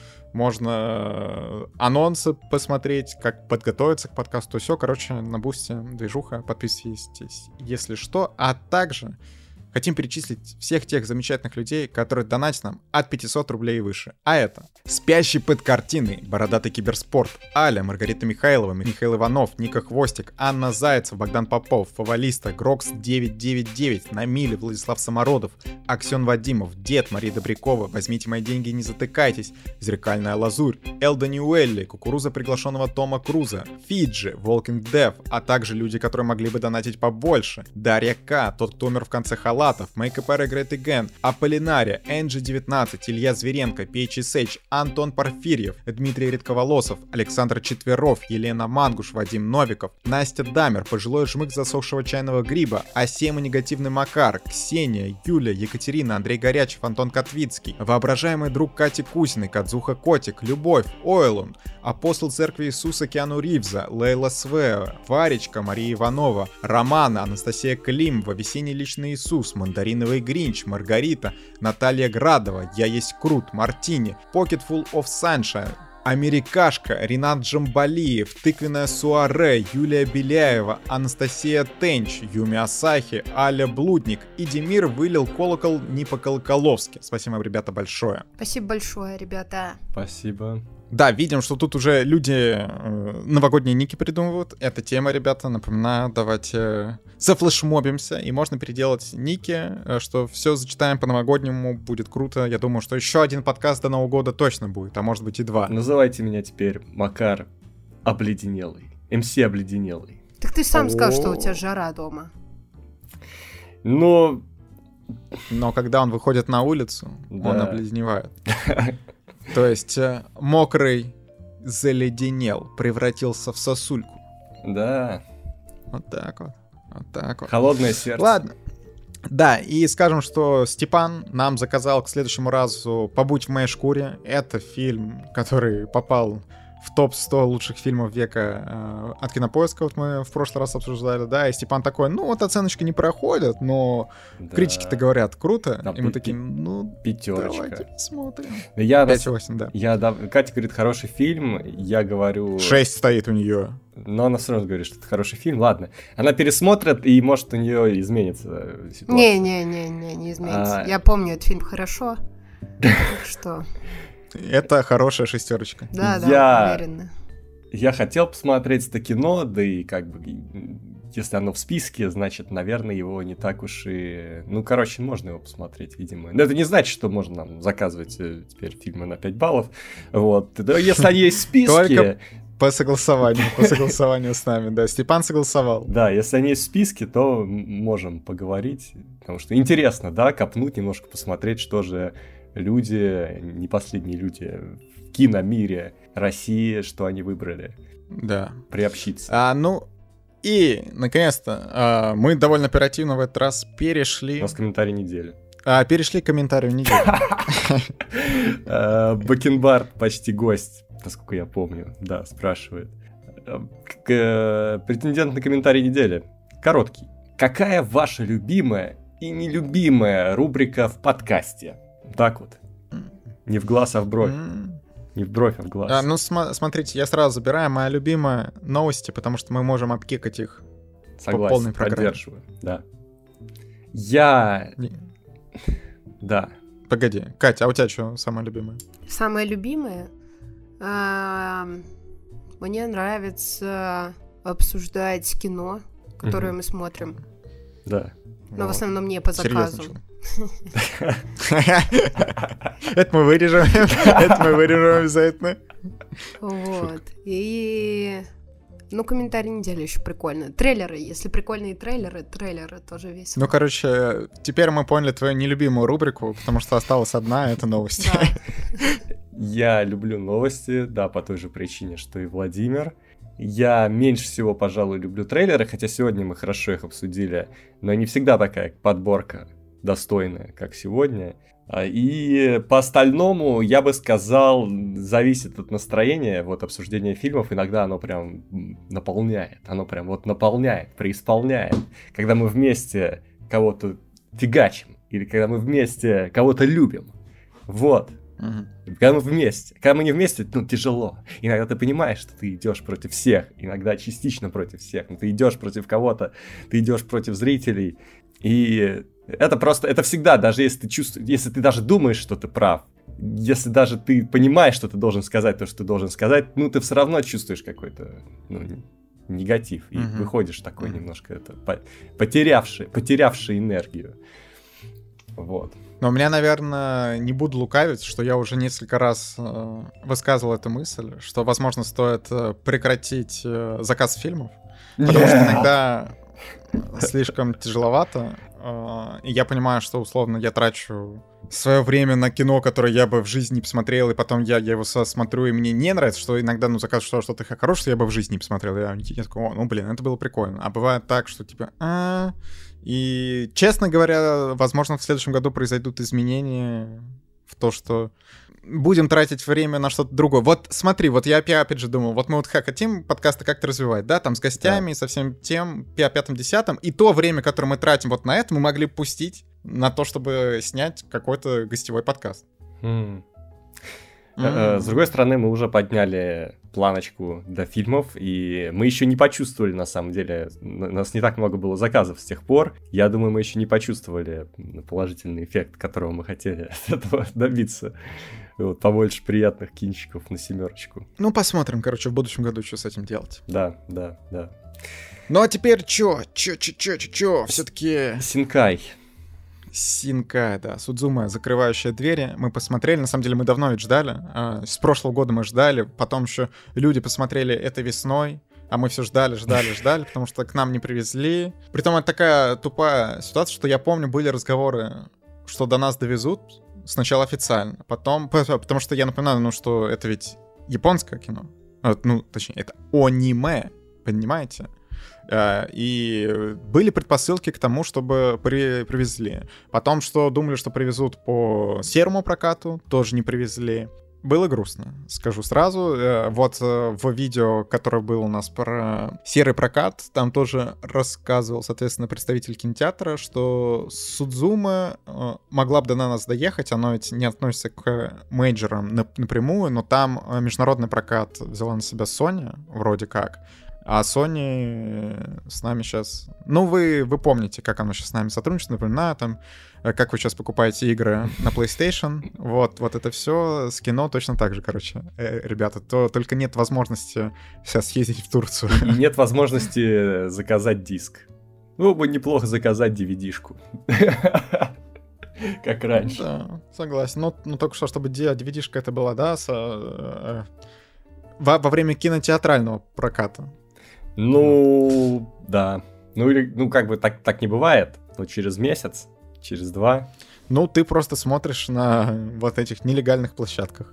можно анонсы посмотреть, как подготовиться к подкасту, все, короче, на Бусти движуха, подписывайтесь, если что, а также хотим перечислить всех тех замечательных людей, которые донатят нам от пятьсот рублей и выше. А это Спящий под картиной, Бородатый киберспорт, Аля, Маргарита Михайлова, Михаил Иванов, Ника Хвостик, Анна Зайцев, Богдан Попов, Фавалиста, Грокс девятьсот девяносто девять, Намили, Владислав Самородов, Аксен Вадимов, Дед, Мария Добрякова, Возьмите мои деньги и не затыкайтесь, Зеркальная лазурь, Элда Ньюэлли, Кукуруза приглашенного Тома Круза, Фиджи, Walking Dev, а также люди, которые могли бы донатить побольше, Дарья К, Тот, кто умер в конце халата, Make a Para Great Again, Аполлинария, Энджи девятнадцать, Илья Зверенко, пи эйч эс эйч, Антон Порфирьев, Дмитрий Редковолосов, Александр Четверов, Елена Мангуш, Вадим Новиков, Настя Дамер, Пожилой жмых засохшего чайного гриба, Асема Негативный Макар, Ксения, Юля, Екатерина, Андрей Горячев, Антон Котвицкий, Воображаемый друг Кати Кузиной, Кадзуха Котик, Любовь, Ойлун, Апостол Церкви Иисуса Киану Ривза, Лейла Свео, Варечка, Мария Иванова, Романа, Анастасия Климова, Весенний личный Иисус, Мандариновый Гринч, Маргарита, Наталья Градова, Я есть Крут, Мартини, Pocket Full of Sunshine, Америкашка, Ренат Джамбалиев, Тыквенная Суаре, Юлия Беляева, Анастасия Тенч, Юми Асахи, Аля Блудник и Демир вылил колокол не по-колоколовски. Спасибо вам, ребята, большое. Спасибо большое, ребята. Спасибо. Да, видим, что тут уже люди э, новогодние ники придумывают. Это тема, ребята, напоминаю, давайте зафлешмобимся, и можно переделать ники, э, что все зачитаем по-новогоднему, будет круто. Я думаю, что еще один подкаст до Нового года точно будет, а может быть и два. Называйте меня теперь Макар Обледенелый. эм си Обледенелый. Так ты сам сказал, что у тебя жара дома. Но... Но когда он выходит на улицу, да. Он обледеневает. То есть э, мокрый заледенел, превратился в сосульку. Да. Вот так вот. Вот так вот. Холодное сердце. Ладно. Да, и скажем, что Степан нам заказал к следующему разу «Побудь в моей шкуре». Это фильм, который попал в топ сто лучших фильмов века э, от Кинопоиска, вот мы в прошлый раз обсуждали, да, и Степан такой, ну вот оценочки не проходят, но да. Критики-то говорят круто, да, и мы такие, ну, пятерочка. Давайте посмотрим. Я пять восемь, да. Я, да. Катя говорит, хороший фильм, я говорю... шесть стоит у нее. Но она все равно говорит, что это хороший фильм, ладно. Она пересмотрит, и может у нее изменится ситуация. Не-не-не, не изменится. А... Я помню этот фильм хорошо, что... Это хорошая шестерочка. Да, да, я... уверенно. Я хотел посмотреть это кино, да и как бы, если оно в списке, значит, наверное, его не так уж и... Ну, короче, можно его посмотреть, видимо. Но это не значит, что можно нам заказывать теперь фильмы на пять баллов. Вот. Да, если они есть в списке... Только по согласованию, по согласованию с нами, да. Степан согласовал. Да, если они есть в списке, то можем поговорить, потому что интересно, да, копнуть, немножко посмотреть, что же... люди, не последние люди в киномире России, что они выбрали. Да. Приобщиться. А, ну, и, наконец-то, а, мы довольно оперативно в этот раз перешли... У нас комментарий недели. А, перешли к комментарию недели. Бакенбард почти гость, насколько я помню, да, спрашивает. Претендент на комментарий недели. Короткий. Какая ваша любимая и нелюбимая рубрика в подкасте. Так вот. Не в глаз, а в бровь. Mm. Не в бровь, а в глаз. А, ну, см- смотрите, я сразу забираю. Моя любимая новости, потому что мы можем обкекать их. Согласен, по полной программе. Поддерживаю, да. Я... Не... Да. Погоди, Катя, а у тебя что самое любимое? Самое любимое? А, мне нравится обсуждать кино, которое mm-hmm. мы смотрим. Да. Но вот. В основном не по заказу. Это мы вырежем. Это мы вырежем обязательно. Вот. И... Ну, комментарий недели еще прикольно. Трейлеры, если прикольные трейлеры, трейлеры тоже весело. Ну, короче, теперь мы поняли твою нелюбимую рубрику, потому что осталась одна, это новости. Да. Я люблю новости, да, по той же причине, что и Владимир. Я меньше всего, пожалуй, люблю трейлеры, хотя сегодня мы хорошо их обсудили, но не всегда такая подборка достойная, как сегодня. И по остальному, я бы сказал, зависит от настроения. Вот обсуждение фильмов, иногда оно прям наполняет. Оно прям вот наполняет, преисполняет. Когда мы вместе кого-то фигачим. Или когда мы вместе кого-то любим. Вот. Угу. Когда мы вместе. Когда мы не вместе, ну, тяжело. Иногда ты понимаешь, что ты идешь против всех. Иногда частично против всех. Но ты идешь против кого-то. Ты идешь против зрителей. И... Это просто, это всегда, даже если ты чувствуешь, если ты даже думаешь, что ты прав, если даже ты понимаешь, что ты должен сказать то, что ты должен сказать, ну, ты все равно чувствуешь какой-то, ну, негатив, и mm-hmm. выходишь такой mm-hmm. немножко, это, потерявший, потерявший энергию. Вот. Но у меня, наверное, не буду лукавить, что я уже несколько раз э, высказывал эту мысль, что, возможно, стоит э, прекратить э, заказ фильмов, потому yeah. что иногда слишком тяжеловато. И я понимаю, что, условно, я трачу свое время на кино, которое я бы в жизни не посмотрел, и потом я, я его смотрю, и мне не нравится, что иногда, ну, заказывают что-то хорошее, что я бы в жизни не посмотрел. Я, я такой, о, ну, блин, это было прикольно. А бывает так, что, типа, а И, честно говоря, возможно, в следующем году произойдут изменения в то, что будем тратить время на что-то другое. Вот смотри, вот я опять же думал, вот мы вот хотим подкасты как-то развивать, да, там с гостями, да. со всем тем, пятым-десятым, и то время, которое мы тратим вот на это, мы могли пустить на то, чтобы снять какой-то гостевой подкаст. Mm. Mm. С другой стороны, мы уже подняли планочку до фильмов, и мы еще не почувствовали, на самом деле, у нас не так много было заказов с тех пор, я думаю, мы еще не почувствовали положительный эффект, которого мы хотели от этого добиться. Вот, побольше приятных кинчиков на семерочку. Ну, посмотрим, короче, в будущем году, что с этим делать. Да, да, да. Ну, а теперь чё? Чё, чё, чё, чё, чё? Всё-таки... Синкай. Синкай, да. Судзума, закрывающая двери. Мы посмотрели, на самом деле мы давно ведь ждали. С прошлого года мы ждали, потом еще люди посмотрели это весной, а мы все ждали, ждали, ждали, потому что к нам не привезли. Притом это такая тупая ситуация, что я помню, были разговоры, что до нас довезут, сначала официально, потом... Потому что я напоминаю, ну, что это ведь японское кино. Ну, точнее, это аниме, понимаете? И были предпосылки к тому, чтобы при, привезли. Потом, что думали, что привезут по серому прокату, тоже не привезли. Было грустно, скажу сразу. Вот в видео, которое было у нас про серый прокат, там тоже рассказывал, соответственно, представитель кинотеатра, что Судзума могла бы до нас доехать, оно ведь не относится к мейджорам напрямую, но там международный прокат взяла на себя Sony, вроде как. А Sony с нами сейчас... Ну, вы, вы помните, как оно сейчас с нами сотрудничает. Напоминаю, там, как вы сейчас покупаете игры на PlayStation. Вот, вот это все с кино точно так же, короче, э, ребята. То только нет возможности сейчас съездить в Турцию. И нет возможности заказать диск. Ну, бы неплохо заказать ди ви ди-шку. Как раньше. Да, согласен. Ну, ну только что, чтобы ди ви ди-шка это была, да, со, э, во, во время кинотеатрального проката. Ну, да. Ну, или, ну, как бы так, так не бывает. Но через месяц, через два. Ну, ты просто смотришь на вот этих нелегальных площадках.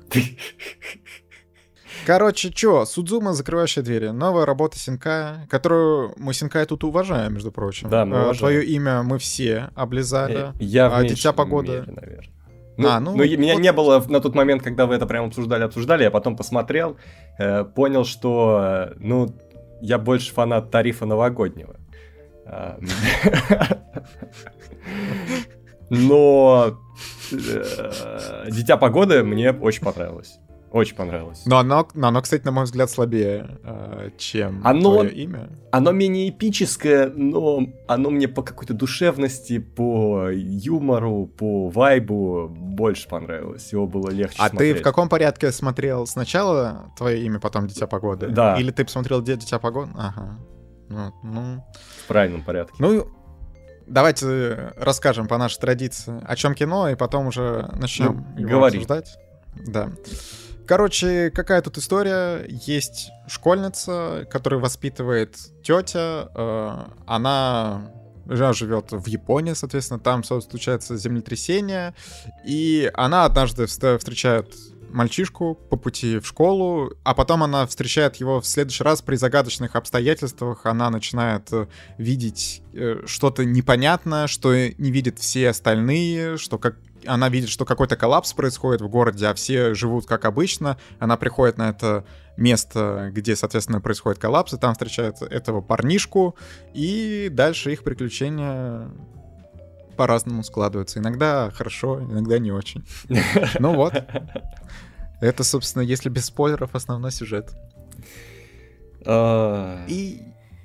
Короче, чё, Судзума, закрывающая двери. Новая работа Синкая, которую мы Синкая тут уважаем, между прочим. Да, мы уважаем. Твое имя мы все облизали. Я а, в Дитя погоды. Мере, наверное. Ну, а, ну, ну, меня вот... не было на тот момент, когда вы это прям обсуждали-обсуждали, я потом посмотрел, э, понял, что, э, ну, я больше фанат тарифа новогоднего. Но э, «Дитя погоды» мне очень понравилось. Очень понравилось. Но оно, но оно, кстати, на мой взгляд, слабее, э, чем оно, твое имя. Оно менее эпическое, но оно мне по какой-то душевности, по юмору, по вайбу больше понравилось. Его было легче а смотреть. А ты в каком порядке смотрел сначала твое имя, потом «Дитя погоды»? Да. Или ты посмотрел «Дитя погоды»? Ага. Ну, ну... В правильном порядке. Ну, давайте расскажем по нашей традиции, о чем кино, и потом уже начнем ну, его говори. обсуждать. Да. Короче, какая тут история? Есть школьница, которую воспитывает тетя. Э, она живет в Японии, соответственно, там случается землетрясение, и она однажды встречает мальчишку по пути в школу, а потом она встречает его в следующий раз при загадочных обстоятельствах. Она начинает видеть э, что-то непонятное, что не видят все остальные, что как она видит, что какой-то коллапс происходит в городе, а все живут как обычно. Она приходит на это место, где, соответственно, происходит коллапс, и там встречает этого парнишку, и дальше их приключения по-разному складываются. Иногда хорошо, иногда не очень. Ну вот. Это, собственно, если без спойлеров, основной сюжет. И...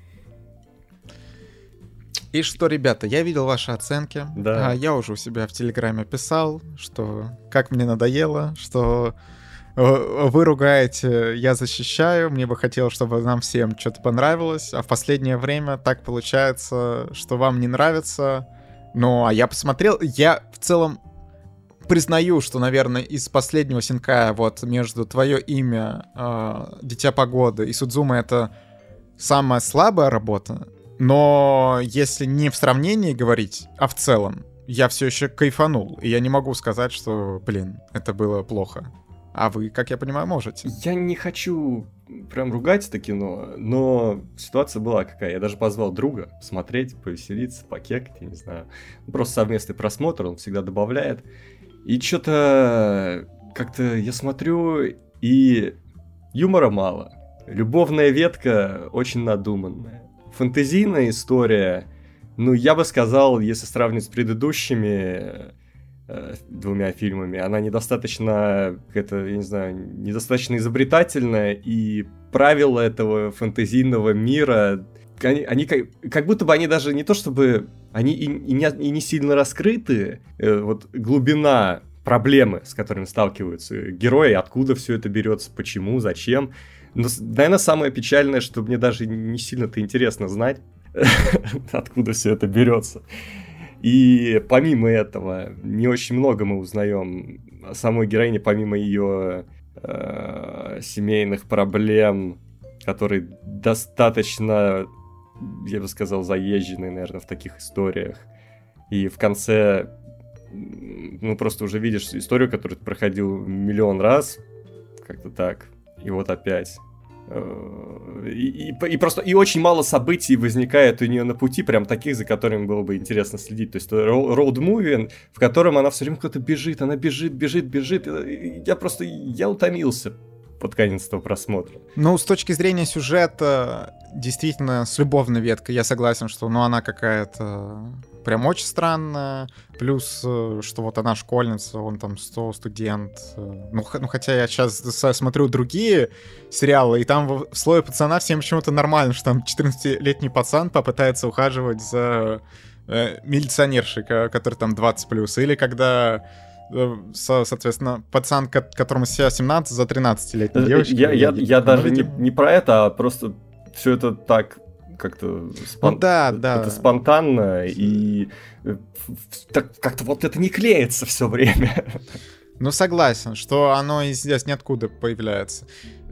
И что, ребята, я видел ваши оценки. Да. А, я уже у себя в Телеграме писал, что как мне надоело, что вы ругаете, я защищаю. Мне бы хотелось, чтобы нам всем что-то понравилось. А в последнее время так получается, что вам не нравится. Ну, а я посмотрел, я в целом признаю, что, наверное, из последнего Синкая вот между твое имя, э, «Дитя погоды» и «Судзума» это самая слабая работа. Но если не в сравнении говорить, а в целом, я все еще кайфанул. И я не могу сказать, что, блин, это было плохо. А вы, как я понимаю, можете. Я не хочу прям ругать это кино, но ситуация была какая. Я даже позвал друга смотреть, повеселиться, покекать, я не знаю. Просто совместный просмотр, он всегда добавляет. И что-то как-то я смотрю, и юмора мало. Любовная ветка очень надуманная. Фэнтезийная история, ну, я бы сказал, если сравнивать с предыдущими э, двумя фильмами, она недостаточно, это, я не знаю, недостаточно изобретательная, и правила этого фэнтезийного мира, они, они как, как будто бы они даже не то чтобы, они и, и, не, и не сильно раскрыты, э, вот глубина проблемы, с которыми сталкиваются герои, откуда все это берется, почему, зачем. Но, наверное, самое печальное, что мне даже не сильно-то интересно знать, откуда все это берется. И помимо этого, не очень много мы узнаем о самой героине, помимо ее э, семейных проблем, которые достаточно, я бы сказал, заезженные, наверное, в таких историях. И в конце, ну, просто уже видишь историю, которую ты проходил миллион раз, как-то так. И вот опять. И, и, и просто и очень мало событий возникает у нее на пути, прям таких, за которыми было бы интересно следить. То есть роуд-муви, в котором она все время куда-то бежит, она бежит, бежит, бежит. И я просто, я утомился под конец этого просмотра. Ну, с точки зрения сюжета, действительно, с любовной веткой я согласен, что ну, она какая-то прям очень странная. Плюс, что вот она школьница, он там сто студент. Ну, х- ну хотя я сейчас смотрю другие сериалы, и там в, в слое пацана всем почему-то нормально, что там четырнадцатилетний пацан попытается ухаживать за э, милиционершей, который там двадцать плюс. Или когда... Со, соответственно, пацан, которому сейчас семнадцать, за тринадцатилетней девочкой. Я, я, я даже не, не про это, а просто все это так как-то спон... ну, да, да. Это спонтанно, и так, как-то вот это не клеится все время. Ну, согласен, что оно и здесь ниоткуда появляется.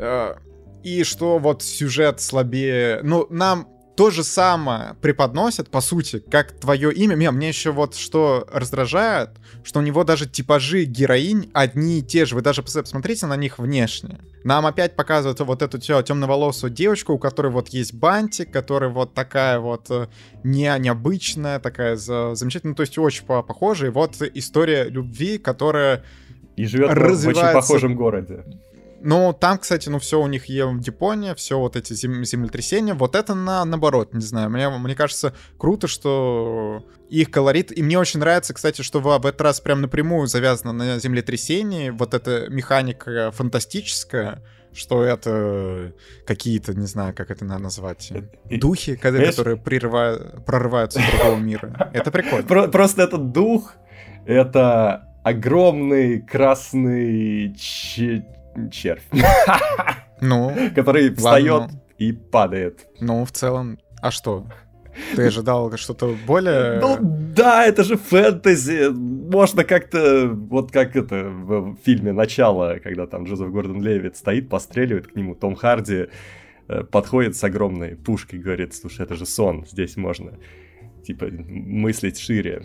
И что вот сюжет слабее... Ну, нам... То же самое преподносят, по сути, как твое имя. Мне, мне еще вот что раздражает, что у него даже типажи героинь одни и те же. Вы даже посмотрите на них внешне. Нам опять показывают вот эту темноволосую девочку, у которой вот есть бантик, которая вот такая вот не, необычная, такая замечательная, то есть очень похожая. И вот история любви, которая и живет развивается... в очень похожем городе. Ну, там, кстати, ну, все у них в Японии, все вот эти зем- землетрясения, вот это на, наоборот, не знаю, мне, мне кажется, круто, что их колорит, и мне очень нравится, кстати, что в, в этот раз прям напрямую завязано на землетрясении, вот эта механика фантастическая, что это какие-то, не знаю, как это надо назвать, духи, которые, которые прерывают, прорываются из другого мира. Это прикольно. Просто этот дух, это огромный красный ч... червь, ну, который встает и падает. Ну, в целом, а что? Ты ожидал что-то более... Ну, да, это же фэнтези. Можно как-то, вот как это в фильме «Начало», когда там Джозеф Гордон-Левитт стоит, постреливает к нему, Том Харди э, подходит с огромной пушкой и говорит: слушай, это же сон, здесь можно, типа, мыслить шире.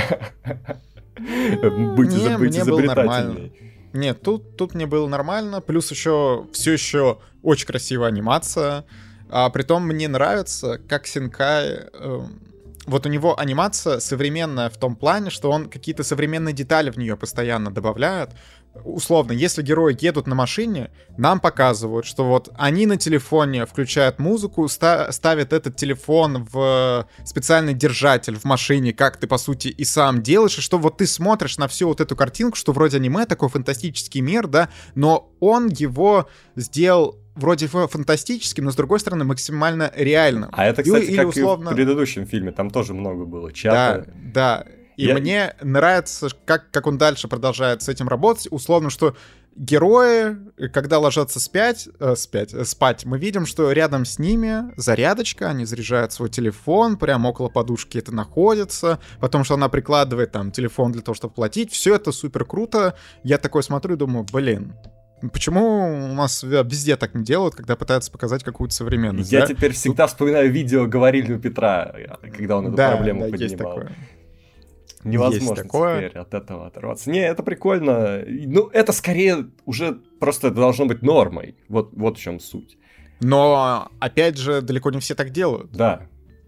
Быть изобретательней. Нет, тут, тут мне было нормально, плюс еще все еще очень красивая анимация. А притом мне нравится, как Синкай... Э, вот у него анимация современная в том плане, что он какие-то современные детали в нее постоянно добавляет. Условно, если герои едут на машине, нам показывают, что вот они на телефоне включают музыку, ста- ставят этот телефон в специальный держатель в машине, как ты, по сути, и сам делаешь, и что вот ты смотришь на всю вот эту картинку, что вроде аниме, такой фантастический мир, да, но он его сделал вроде фантастическим, но, с другой стороны, максимально реальным. А это, кстати, или, как или условно... и в предыдущем фильме, там тоже много было чата. Да, да. И Я... мне нравится, как, как он дальше продолжает с этим работать. Условно, что герои, когда ложатся спять, э, спять, э, спать, мы видим, что рядом с ними зарядочка, они заряжают свой телефон, прямо около подушки это находится, потом, что она прикладывает там телефон для того, чтобы платить. Все это супер круто. Я такой смотрю и думаю, блин, почему у нас везде так не делают, когда пытаются показать какую-то современность? Я да? теперь всегда Тут... вспоминаю видео «Говорили у Петра», когда он эту да, проблему да, поднимал. Есть такое. Невозможно есть такое. теперь от этого оторваться. Не, это прикольно. Ну, это скорее уже просто это должно быть нормой. Вот, вот в чем суть. Но, опять же, далеко не все так делают. Да.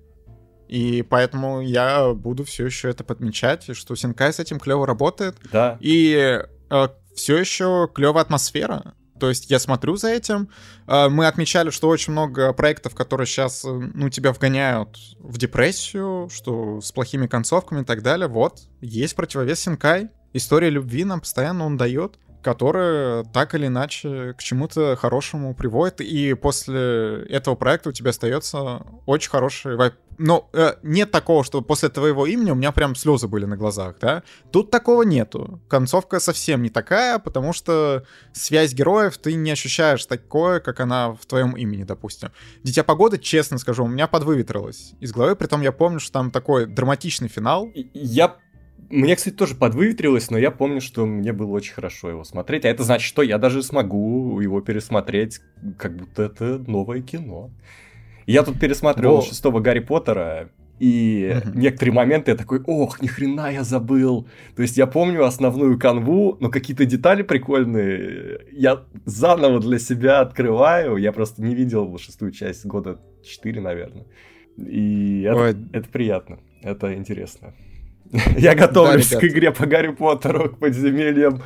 И поэтому я буду все еще это подмечать, что Синкай с этим клево работает. Да. И э, все еще клевая атмосфера. То есть я смотрю за этим. Мы отмечали, что очень много проектов, которые сейчас, ну, тебя вгоняют в депрессию, что с плохими концовками и так далее. Вот, есть противовес Синкай. История любви нам постоянно он дает, которая так или иначе к чему-то хорошему приводит. И после этого проекта у тебя остается очень хороший вайб. Но э, нет такого, что после твоего имени у меня прям слезы были на глазах, да? Тут такого нету. Концовка совсем не такая, потому что связь героев ты не ощущаешь такое, как она в твоем имени, допустим. «Дитя погоды», честно скажу, у меня подвыветрилось из головы, притом я помню, что там такой драматичный финал. Я... Мне, кстати, тоже подвыветрилось, но я помню, что мне было очень хорошо его смотреть. А это значит, что я даже смогу его пересмотреть, как будто это новое кино. Я тут пересматривал Во. шестого Гарри Поттера, и mm-hmm. некоторые моменты я такой, ох, ни хрена я забыл. То есть я помню основную канву, но какие-то детали прикольные я заново для себя открываю. Я просто не видел шестую часть года четыре, наверное. И это, это приятно, это интересно. Я готовлюсь к игре по Гарри Поттеру, к подземельям,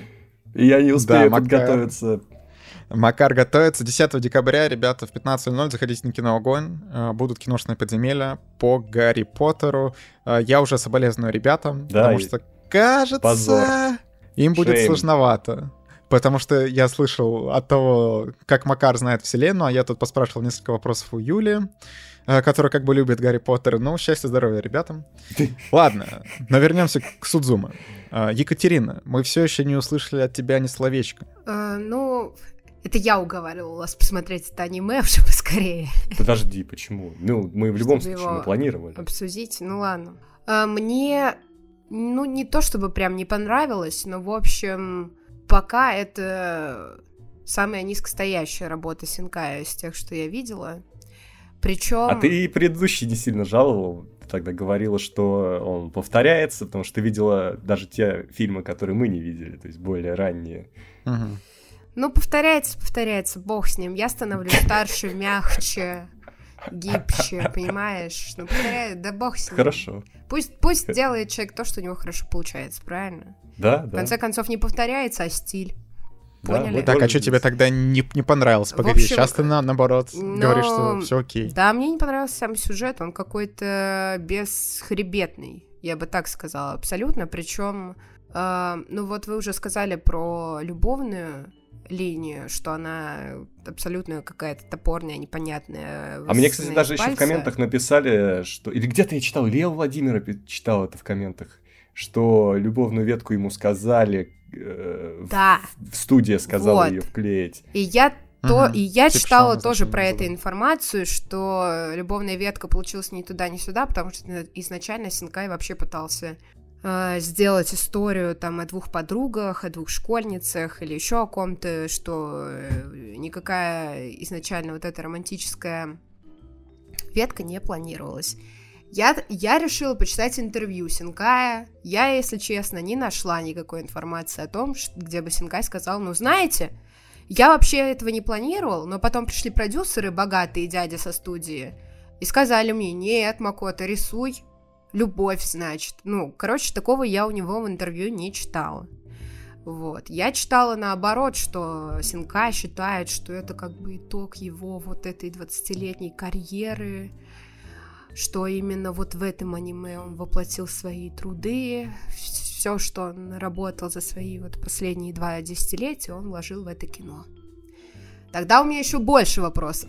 и я не успею подготовиться. Макар готовится. десятого декабря, ребята, в пятнадцать ноль ноль заходите на Кино Огонь. Будут киношные подземелья по Гарри Поттеру. Я уже соболезную ребятам, да, потому что, кажется, позор. Им будет Шейм. Сложновато. Потому что я слышал от того, как Макар знает вселенную, а я тут поспрашивал несколько вопросов у Юли, которая как бы любит Гарри Поттера. Ну, счастья, здоровья ребятам. Ладно, но вернемся к Судзуме. Екатерина, мы все еще не услышали от тебя ни словечка. Uh, ну... Это я уговаривала вас посмотреть это аниме уже поскорее. Подожди, почему? Ну, мы в любом чтобы случае мы планировали. Обсудить, ну ладно. А, мне, ну, не то чтобы прям не понравилось, но, в общем, пока это самая низкостоящая работа Синкая из тех, что я видела. Причем... А ты и предыдущий не сильно жаловал. Ты тогда говорила, что он повторяется, потому что ты видела даже те фильмы, которые мы не видели, то есть более ранние. Угу. Ну, повторяется, повторяется, бог с ним. Я становлюсь старше, мягче, гибче, понимаешь? Ну, повторяю, да бог с ним. Хорошо. Пусть, пусть делает человек то, что у него хорошо получается, правильно? Да, да. В конце концов, не повторяется, а стиль. Поняли? Так, а что тебе тогда не, не понравилось? Погоди, общем, сейчас ты на, наоборот но... говоришь, что все окей. Да, мне не понравился сам сюжет, он какой-то бесхребетный, я бы так сказала, абсолютно. Причем, э, ну вот вы уже сказали про любовную линию, что она абсолютно какая-то топорная, непонятная. А мне, кстати, даже еще в комментах написали, что... Или где-то я читал, или я у Владимира читал это в комментах, что любовную ветку ему сказали, э, да. в, в студии сказала вот. Ее вклеить. И я, то, угу. и я Тип читала тоже про называют. эту информацию, что любовная ветка получилась ни туда, ни сюда, потому что изначально Синкай вообще пытался э, сделать историю там о двух подругах, о двух школьницах или еще о ком-то, что э, никакая изначально вот эта романтическая ветка не планировалась. Я, я решила почитать интервью Синкая. Я, если честно, не нашла никакой информации о том, что, где бы Синкай сказал, ну, знаете, я вообще этого не планировал, но потом пришли продюсеры, богатые дяди со студии, и сказали мне, нет, Макото, рисуй, любовь, значит. Ну, короче, такого я у него в интервью не читала. Вот. Я читала наоборот, что Синкай считает, что это как бы итог его вот этой двадцатилетней карьеры, что именно вот в этом аниме он воплотил свои труды, все, что он работал за свои вот последние два десятилетия, он вложил в это кино. Тогда у меня еще больше вопросов.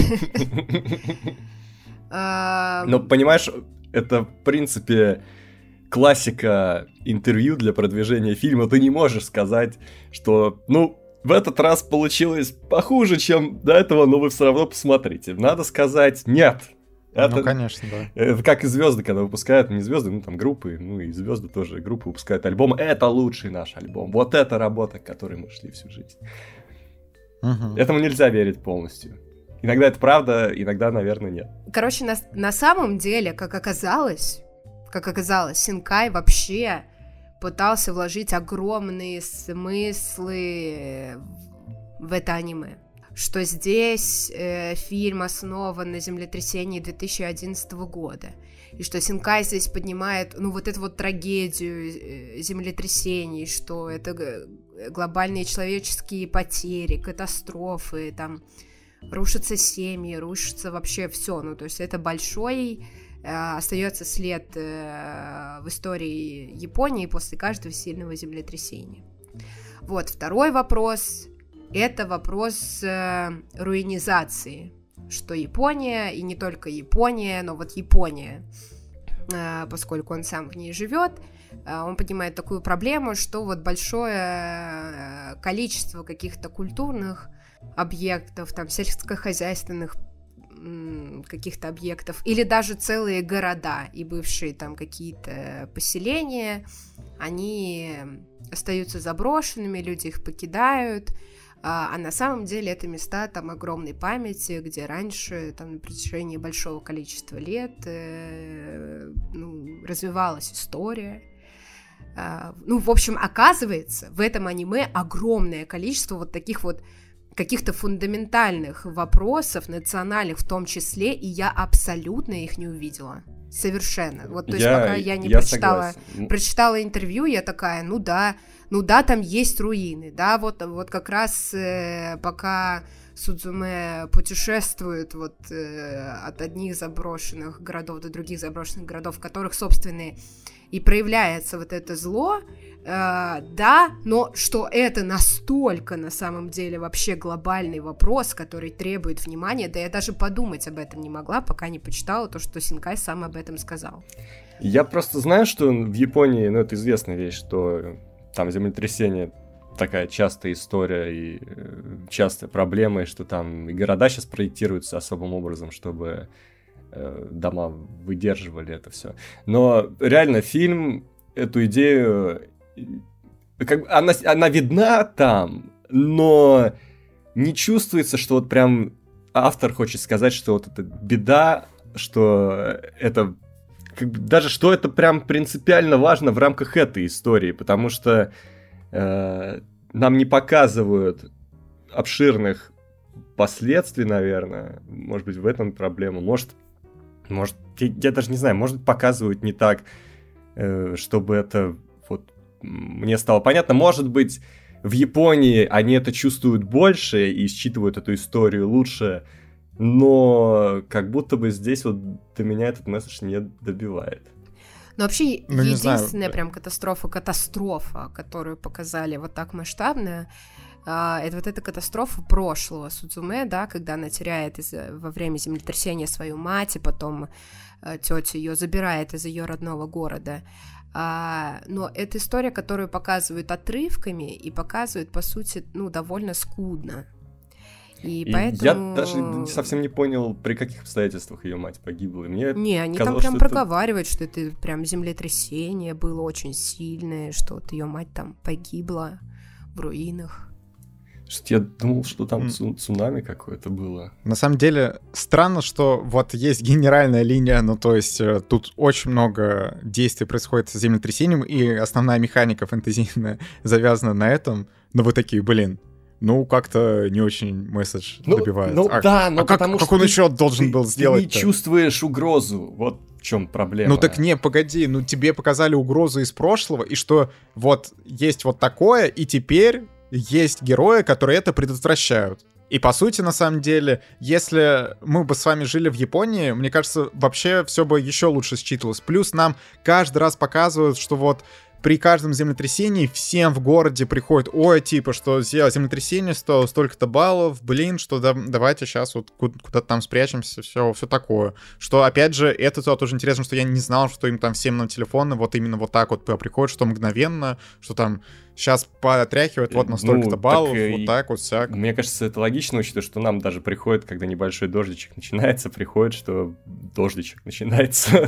Но, понимаешь, это, в принципе, классика интервью для продвижения фильма. Ты не можешь сказать, что, ну, в этот раз получилось похуже, чем до этого, но вы все равно посмотрите. Надо сказать «нет». Это, ну, конечно, да. Это как и звезды, когда выпускают, не звезды, ну там группы, ну и звезды тоже, группы выпускают альбом. Это лучший наш альбом. Вот это работа, к которой мы шли всю жизнь. Угу. Этому нельзя верить полностью. Иногда это правда, иногда, наверное, нет. Короче, на, на самом деле, как оказалось, как оказалось, Синкай вообще пытался вложить огромные смыслы в это аниме. Что здесь э, фильм основан на землетрясении две тысячи одиннадцатого года, и что Синкай здесь поднимает, ну, вот эту вот трагедию э, землетрясений, что это глобальные человеческие потери, катастрофы, там, рушатся семьи, рушится вообще все, ну, то есть это большой э, остается след э, в истории Японии после каждого сильного землетрясения. Вот, второй вопрос... Это вопрос э, руинизации, что Япония, и не только Япония, но вот Япония, э, поскольку он сам в ней живет, э, он поднимает такую проблему, что вот большое э, количество каких-то культурных объектов, там, сельскохозяйственных м, каких-то объектов, или даже целые города и бывшие там какие-то поселения, они остаются заброшенными, люди их покидают. А на самом деле это места там огромной памяти, где раньше там на протяжении большого количества лет э, ну, развивалась история. А, ну, в общем, оказывается, в этом аниме огромное количество вот таких вот каких-то фундаментальных вопросов, национальных в том числе, и я абсолютно их не увидела. Совершенно. Вот, то есть, я, пока я не я прочитала, согласен. прочитала интервью, я такая, ну да, ну да, там есть руины, да, вот, вот как раз э, пока Судзуме путешествует вот э, от одних заброшенных городов до других заброшенных городов, в которых, собственно, и проявляется вот это зло, э, да, но что это настолько на самом деле вообще глобальный вопрос, который требует внимания, да я даже подумать об этом не могла, пока не почитала то, что Синкай сам об этом сказал. Я просто знаю, что в Японии, ну это известная вещь, что там землетрясение такая частая история и частая проблема, и что там и города сейчас проектируются особым образом, чтобы э, дома выдерживали это все. Но реально фильм эту идею, как, она, она видна там, но не чувствуется, что вот прям автор хочет сказать, что вот это беда, что это как бы, даже что это прям принципиально важно в рамках этой истории, потому что э, нам не показывают обширных последствий, наверное. Может быть, в этом проблема. Может, может я, я даже не знаю, может, показывают не так, э, чтобы это вот мне стало понятно. Может быть, в Японии они это чувствуют больше и считывают эту историю лучше, но как будто бы здесь вот до меня этот месседж не добивает. Но вообще ну, единственная прям катастрофа, катастрофа, которую показали вот так масштабная, это вот эта катастрофа прошлого Судзуме, да, когда она теряет из- во время землетрясения свою мать, и потом тетя ее забирает из ее родного города. А, но это история, которую показывают отрывками и показывают, по сути, ну, довольно скудно. И, и поэтому... Я даже совсем не понял, при каких обстоятельствах ее мать погибла. Мне не, они казалось, там прям что проговаривают, это... что это прям землетрясение было очень сильное, что вот ее мать там погибла в руинах. Я думал, что там цу- цунами какое-то было. На самом деле, странно, что вот есть генеральная линия, ну, то есть тут очень много действий происходит с землетрясением, и основная механика фэнтезийная завязана на этом, но вы такие, блин, ну, как-то не очень месседж ну, добивает. Ну, а, да, но а как, потому как что он ты, еще должен ты, был сделать? Ты не чувствуешь угрозу, вот в чем проблема. Ну так не, погоди, ну тебе показали угрозу из прошлого, и что вот есть вот такое, и теперь есть герои, которые это предотвращают. И по сути, на самом деле, если мы бы с вами жили в Японии, мне кажется, вообще все бы еще лучше считывалось. Плюс нам каждый раз показывают, что вот при каждом землетрясении всем в городе приходит, ой, типа, что землетрясение стоило столько-то баллов, блин, что да, давайте сейчас вот куда-то там спрячемся, все, все такое. Что, опять же, это туда тоже интересно, что я не знал, что им там всем на телефоны вот именно вот так вот приходит, что мгновенно, что там сейчас потряхивает вот на столько-то ну, баллов, так, вот так вот всяк. Мне кажется, это логично, учитывая, что нам даже приходит, когда небольшой дождичек начинается, приходит, что дождичек начинается.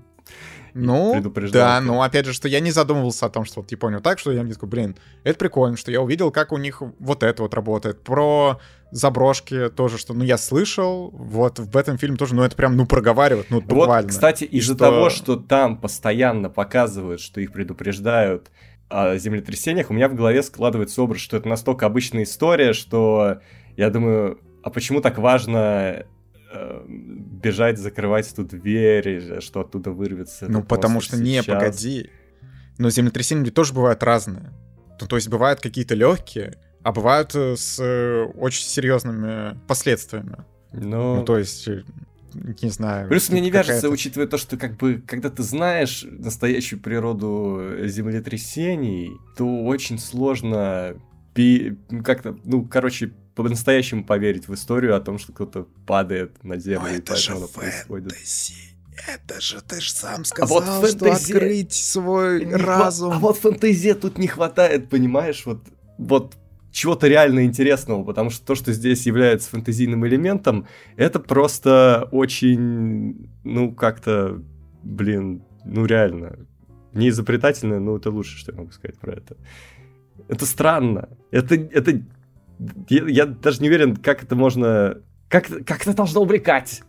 Ну, да, но опять же, что я не задумывался о том, что вот Япония так, что я мне такой, блин, это прикольно, что я увидел, как у них вот это вот работает. Про заброшки тоже, что, ну, я слышал, вот в этом фильме тоже, ну, это прям, ну, проговаривают, ну, буквально. Вот, кстати, из-за что... того, что там постоянно показывают, что их предупреждают о землетрясениях, у меня в голове складывается образ, что это настолько обычная история, что я думаю, а почему так важно... бежать, закрывать эту дверь, что оттуда вырвется. Ну, потому что, сейчас. не, погоди. Но землетрясения тоже бывают разные. Ну, то есть бывают какие-то легкие, а бывают с очень серьезными последствиями. Но... Ну, то есть, не знаю. Плюс мне не вяжется, учитывая то, что как бы, когда ты знаешь настоящую природу землетрясений, то очень сложно пи- как-то, ну, короче, по-настоящему поверить в историю о том, что кто-то падает на землю. Но и это же происходит. фэнтези. Это же ты же сам сказал, а вот что фэнтези... открыть свой не разум. Хва... А вот фэнтези тут не хватает, понимаешь, вот, вот чего-то реально интересного, потому что то, что здесь является фэнтезийным элементом, это просто очень, ну, как-то, блин, ну, реально, не изобретательно, но это лучше, что я могу сказать про это. Это странно. Это... это... Я, я даже не уверен, как это можно... Как, как это должно увлекать?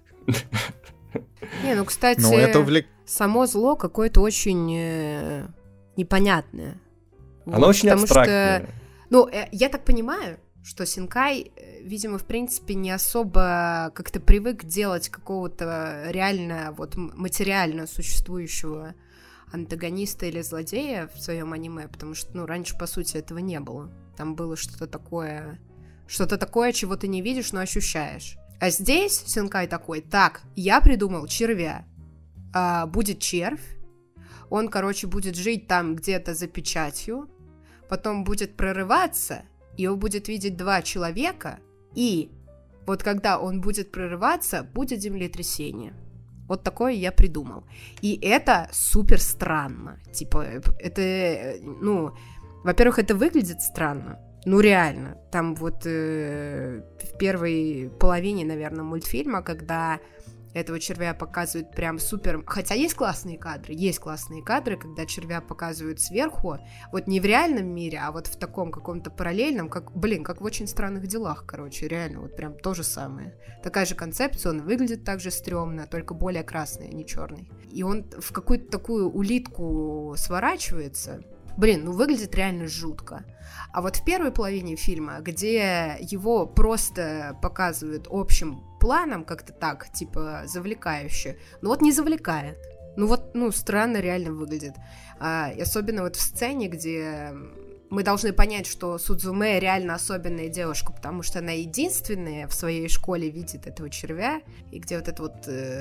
Не, ну, кстати, ну, это увлек... само зло какое-то очень э, непонятное. Оно вот, очень абстрактное. Что, ну, э, я так понимаю, что Синкай, э, видимо, в принципе, не особо как-то привык делать какого-то реально, вот, материально существующего антагониста или злодея в своем аниме, потому что, ну, раньше, по сути, этого не было. Там было что-то такое, что-то такое, чего ты не видишь, но ощущаешь. А здесь Синкай такой, так, я придумал червя. А, будет червь, он, короче, будет жить там где-то за печатью, потом будет прорываться, и он будет видеть два человека, и вот когда он будет прорываться, будет землетрясение. Вот такое я придумал. И это супер странно. Типа, это, ну, во-первых, это выглядит странно. Ну, реально. Там вот э, в первой половине, наверное, мультфильма, когда этого червя показывают прям супер... Хотя есть классные кадры, есть классные кадры, когда червя показывают сверху, вот не в реальном мире, а вот в таком каком-то параллельном, как, блин, как в «Очень странных делах», короче, реально, вот прям то же самое. Такая же концепция, он выглядит так же стрёмно, только более красный, а не черный. И он в какую-то такую улитку сворачивается. Блин, ну выглядит реально жутко. А вот в первой половине фильма, где его просто показывают общим планом как-то так, типа, завлекающе, ну вот не завлекает. Ну вот, ну, странно реально выглядит. А, и особенно вот в сцене, где мы должны понять, что Судзумэ реально особенная девушка, потому что она единственная в своей школе видит этого червя, и где вот эта вот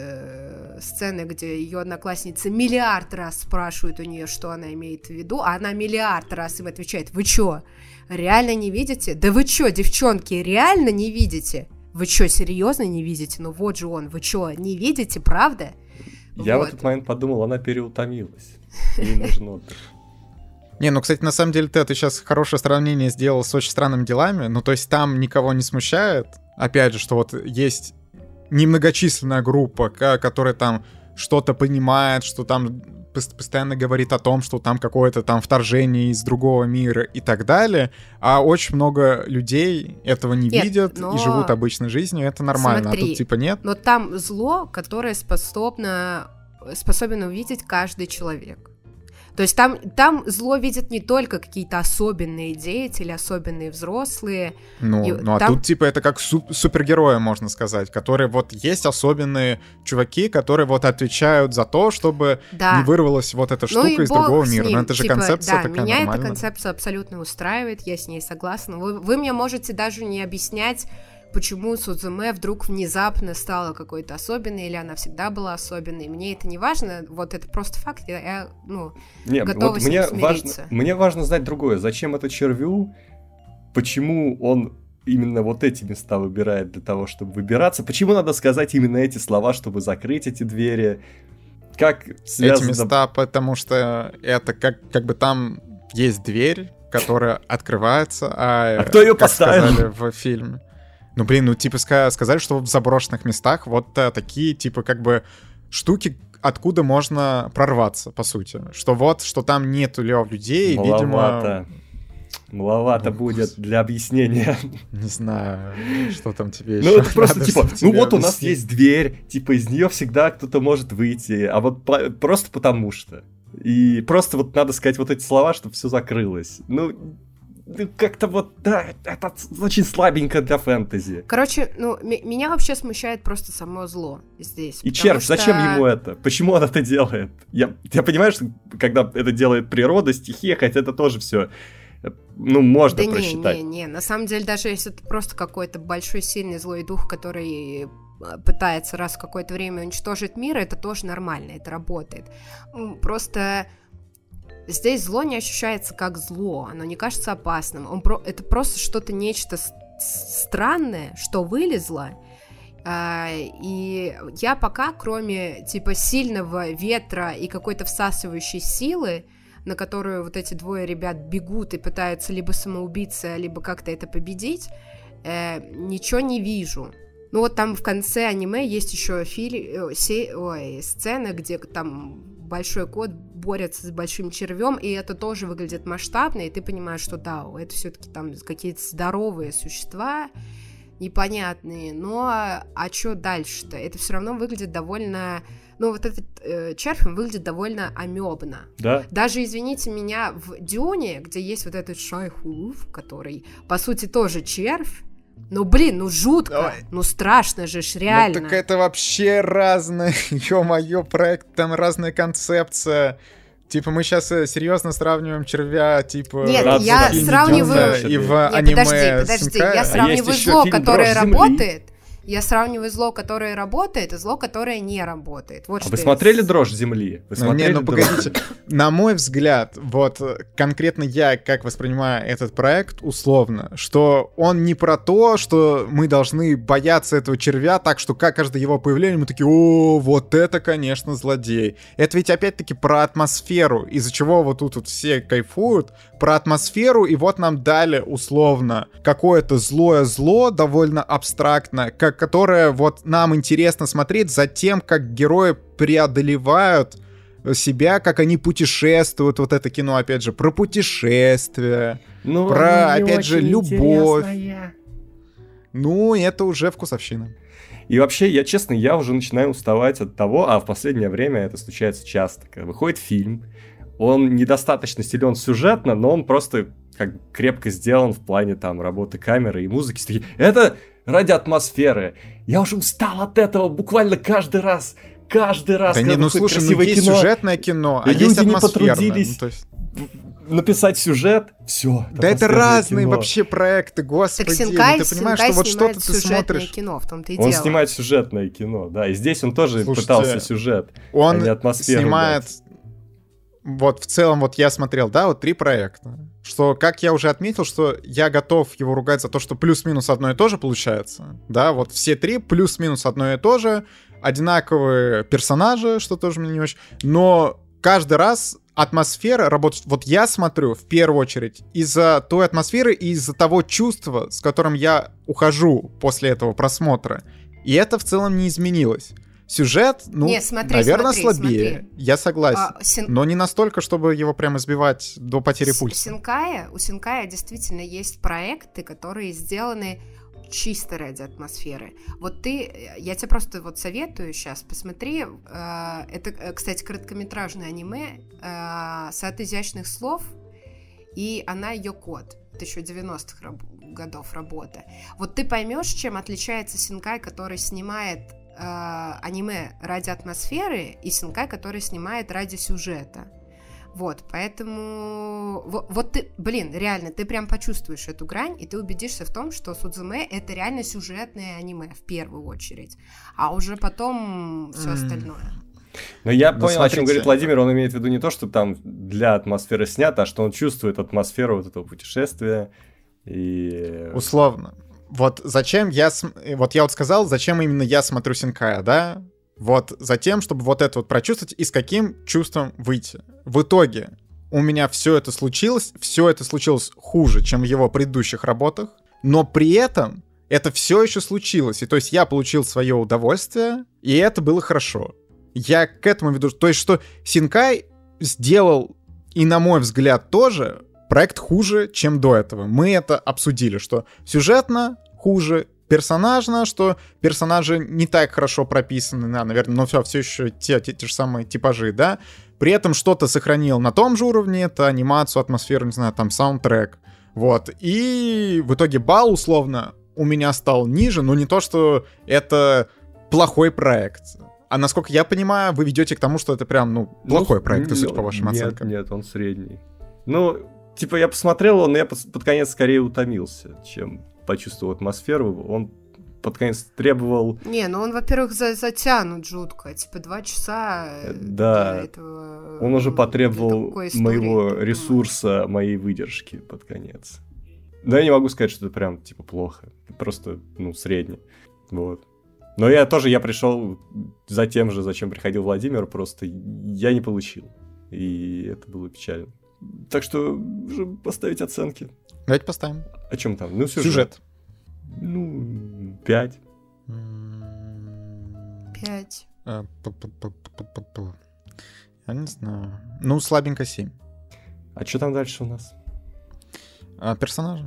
э, сцена, где ее одноклассницы миллиард раз спрашивают у нее, что она имеет в виду, а она миллиард раз им отвечает: вы чё, реально не видите? Да вы чё, девчонки, реально не видите? Вы чё, серьезно не видите? Ну вот же он, вы чё, не видите, правда? Я вот. в этот момент подумал, она переутомилась. Ей нужен отдых. Не, ну, кстати, на самом деле, ты, ты сейчас хорошее сравнение сделал с «Очень странными делами». Ну, то есть там никого не смущает. Опять же, что вот есть немногочисленная группа, которая там что-то понимает, что там постоянно говорит о том, что там какое-то там вторжение из другого мира и так далее. А очень много людей этого не нет, видят но... и живут обычной жизнью. Это нормально. Смотри, а тут типа нет. Но там зло, которое способно, способен увидеть каждый человек. То есть там, там зло видят не только какие-то особенные деятели, особенные взрослые. Ну, и ну а там... тут типа это как суп- супергерои, можно сказать, которые вот есть особенные чуваки, которые вот отвечают за то, чтобы да. не вырвалась вот эта штука ну из другого мира. ним. Но это же типа, концепция да, такая меня нормальная. эта концепция абсолютно устраивает, я с ней согласна. Вы, вы мне можете даже не объяснять, почему Судзумэ вдруг внезапно стала какой-то особенной, или она всегда была особенной. Мне это не важно, вот это просто факт, я, я ну, не, готова вот с мне ним смириться. Важно, мне важно знать другое. Зачем это червю? Почему он именно вот эти места выбирает для того, чтобы выбираться? Почему надо сказать именно эти слова, чтобы закрыть эти двери? Как связано... Эти места, потому что это как, как бы там есть дверь, которая открывается, а, а кто ее как поставил? сказали в фильме. Ну, блин, ну, типа, сказали, что в заброшенных местах вот а, такие, типа, как бы штуки, откуда можно прорваться, по сути. Что вот, что там нету людей, Маловато. видимо... Маловато ну, будет для объяснения. Не знаю, что там тебе Ну, еще это просто, надо, типа, ну вот у нас объяснить. есть дверь, типа, из нее всегда кто-то может выйти, а вот по- просто потому что. И просто вот надо сказать вот эти слова, чтобы все закрылось. Ну... Как-то вот, да, это очень слабенько для фэнтези. Короче, ну, м- меня вообще смущает просто само зло здесь. И червь, что... зачем ему это? Почему он это делает? Я, я понимаю, что когда это делает природа, стихия, хотя это тоже все, ну, можно да просчитать. не, не, не, на самом деле, даже если это просто какой-то большой сильный злой дух, который пытается раз в какое-то время уничтожить мир, это тоже нормально, это работает. Просто... Здесь зло не ощущается как зло, оно не кажется опасным. Он про... Это просто что-то, нечто с- странное, что вылезло. А, и я пока, кроме типа сильного ветра и какой-то всасывающей силы, на которую вот эти двое ребят бегут и пытаются либо самоубиться, либо как-то это победить, э, ничего не вижу. Ну вот там в конце аниме есть еще фили... Се... Ой, сцена, где там большой кот борется с большим червем, и это тоже выглядит масштабно, и ты понимаешь, что да, это все-таки там какие-то здоровые существа, непонятные, но а что дальше-то? Это все равно выглядит довольно... Ну, вот этот э, червь, он выглядит довольно амебно. Да. Даже, извините меня, в Дюне, где есть вот этот Шайхулуф, который, по сути, тоже червь, ну, блин, ну жутко, Давай. ну страшно же ж, реально. Ну, так это вообще разное, ё-моё, проект, там разная концепция. Типа, мы сейчас серьезно сравниваем червя, типа... Нет, Рад я фильм сравниваю... И в Нет, аниме подожди, подожди, Синкая. я А сравниваю есть еще зло, фильм которое «Дрожь земли». работает, я сравниваю зло, которое работает, и зло, которое не работает. Вот А что вы я- смотрели «Дрожь земли»? Вы Ну, смотрели не, ну «Дрожь»? погодите. На мой взгляд, вот конкретно я как воспринимаю этот проект условно, что он не про то, что мы должны бояться этого червя, так что как каждое его появление мы такие: о, вот это, конечно, злодей. Это ведь опять-таки про атмосферу, из-за чего вот тут вот все кайфуют, про атмосферу, и вот нам дали условно какое-то злое зло, довольно абстрактное, как, которое вот нам интересно смотреть за тем, как герои преодолевают себя, как они путешествуют. Вот это кино, опять же, про путешествия, Ну, про, не опять же, очень любовь. интересная. Ну, это уже вкусовщина. И вообще, я честно, я уже начинаю уставать от того, а в последнее время это случается часто, когда выходит фильм, он недостаточно силен сюжетно, но он просто как бы крепко сделан в плане там работы камеры и музыки. Такие, это ради атмосферы. Я уже устал от этого буквально каждый раз. Каждый раз, Да когда не, ну выходит слушай, ну красивое есть кино, сюжетное кино, а люди есть не атмосферное. потрудились. Ну, то есть... написать сюжет, все. Да это разные кино. Вообще проекты, господи. Так Синкай, ну, ты понимаешь, Синкай что вот что-то ты смотришь. Кино, в том-то и он дело. снимает сюжетное кино, да, и здесь он тоже Слушайте, пытался сюжет, он а не атмосферу снимает... дать. Вот в целом вот я смотрел, да, вот три проекта. Что, как я уже отметил, что я готов его ругать за то, что плюс-минус одно и то же получается. Да, вот все три плюс-минус одно и то же. Одинаковые персонажи, что тоже мне не очень. Но каждый раз атмосфера работает. Вот я смотрю в первую очередь из-за той атмосферы и из-за того чувства, с которым я ухожу после этого просмотра. И это в целом не изменилось. Сюжет, ну, не, смотри, наверное, смотри, слабее. Смотри. Я согласен. А, син... Но не настолько, чтобы его прям избивать до потери С- пульса. Синкая, у Синкая действительно есть проекты, которые сделаны чисто ради атмосферы. Вот ты, я тебе просто вот советую сейчас, посмотри, э, это, кстати, короткометражное аниме, э, «Сад изящных слов», и она ее код. Это еще девяностых раб- годов работы. Вот ты поймешь, чем отличается Синкай, который снимает э, аниме ради атмосферы, и Синкай, который снимает ради сюжета. Вот, поэтому... Вот, вот ты, блин, реально, ты прям почувствуешь эту грань, и ты убедишься в том, что Судзуме — это реально сюжетное аниме, в первую очередь. А уже потом все mm. остальное. Но я ну, понял, смотрите. о чем говорит Владимир. Он имеет в виду не то, что там для атмосферы снято, а что он чувствует атмосферу вот этого путешествия. И... Условно. Вот зачем я... Вот я вот сказал, зачем именно я смотрю Синкая, да? Вот за тем, чтобы вот это вот прочувствовать и с каким чувством выйти. В итоге у меня все это случилось, все это случилось хуже, чем в его предыдущих работах, но при этом это все еще случилось. И то есть я получил свое удовольствие, и это было хорошо. Я к этому веду. То есть что Синкай сделал, и на мой взгляд тоже, проект хуже, чем до этого. Мы это обсудили, что сюжетно хуже, персонажно, что персонажи не так хорошо прописаны, да, наверное, но все, все еще те, те, те же самые типажи, да. При этом что-то сохранил на том же уровне, это анимацию, атмосферу, не знаю, там, саундтрек. Вот. И в итоге балл, условно, у меня стал ниже, но не то, что это плохой проект. А насколько я понимаю, вы ведете к тому, что это прям, ну, плохой ну, проект, ну, судя по вашим нет, оценкам. Нет, он средний. Ну, типа, я посмотрел его, но я под, под конец скорее утомился, чем почувствовал атмосферу. Он под конец требовал... Не, ну он, во-первых, за- затянут жутко. Типа, два часа да. для этого... Он уже потребовал моего ресурса, моей выдержки под конец. Да я не могу сказать, что это прям, типа, плохо. Просто, ну, средний. Вот. Но я тоже, я пришел за тем же, зачем приходил Владимир, просто я не получил. И это было печально. Так что уже поставить оценки. Давайте поставим. О чем там? Ну, сюжет. Сюжет. Ну, пять. Пять. Я не знаю. Ну, слабенько семь. А что там дальше у нас? А, персонажи.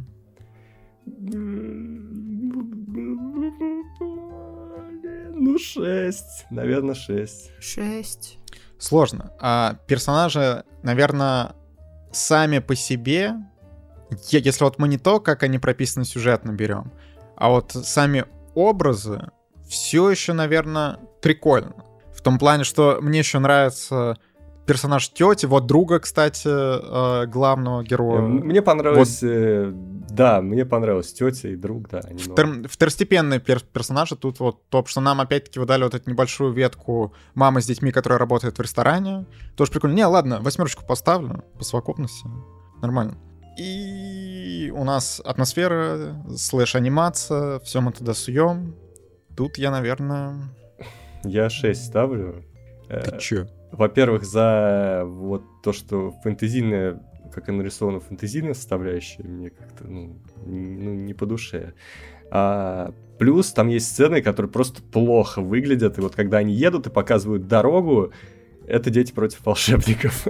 Ну, шесть. Наверное, шесть. Шесть. Сложно. А персонажи, наверное, сами по себе, если вот мы не то, как они прописаны сюжетно берем, а вот сами образы, все еще, наверное, прикольно. В том плане, что мне еще нравится персонаж тети, вот друга, кстати, главного героя. Мне понравилось, вот. Да, мне понравилась тетя и друг, да. Они Втор- второстепенные пер- персонажи тут вот топ, что нам опять-таки выдали вот эту небольшую ветку мамы с детьми, которая работает в ресторане. Тоже прикольно. Не, ладно, восьмерочку поставлю по совокупности. Нормально. И у нас атмосфера, слэш-анимация, все мы туда суем. Тут я, наверное... Я шесть ставлю. Ты чё? Во-первых, за вот то, что фэнтезийная, как и нарисована фэнтезийная составляющая, мне как-то, ну, ну, не по душе. А, плюс там есть сцены, которые просто плохо выглядят, и вот когда они едут и показывают дорогу, это дети против волшебников.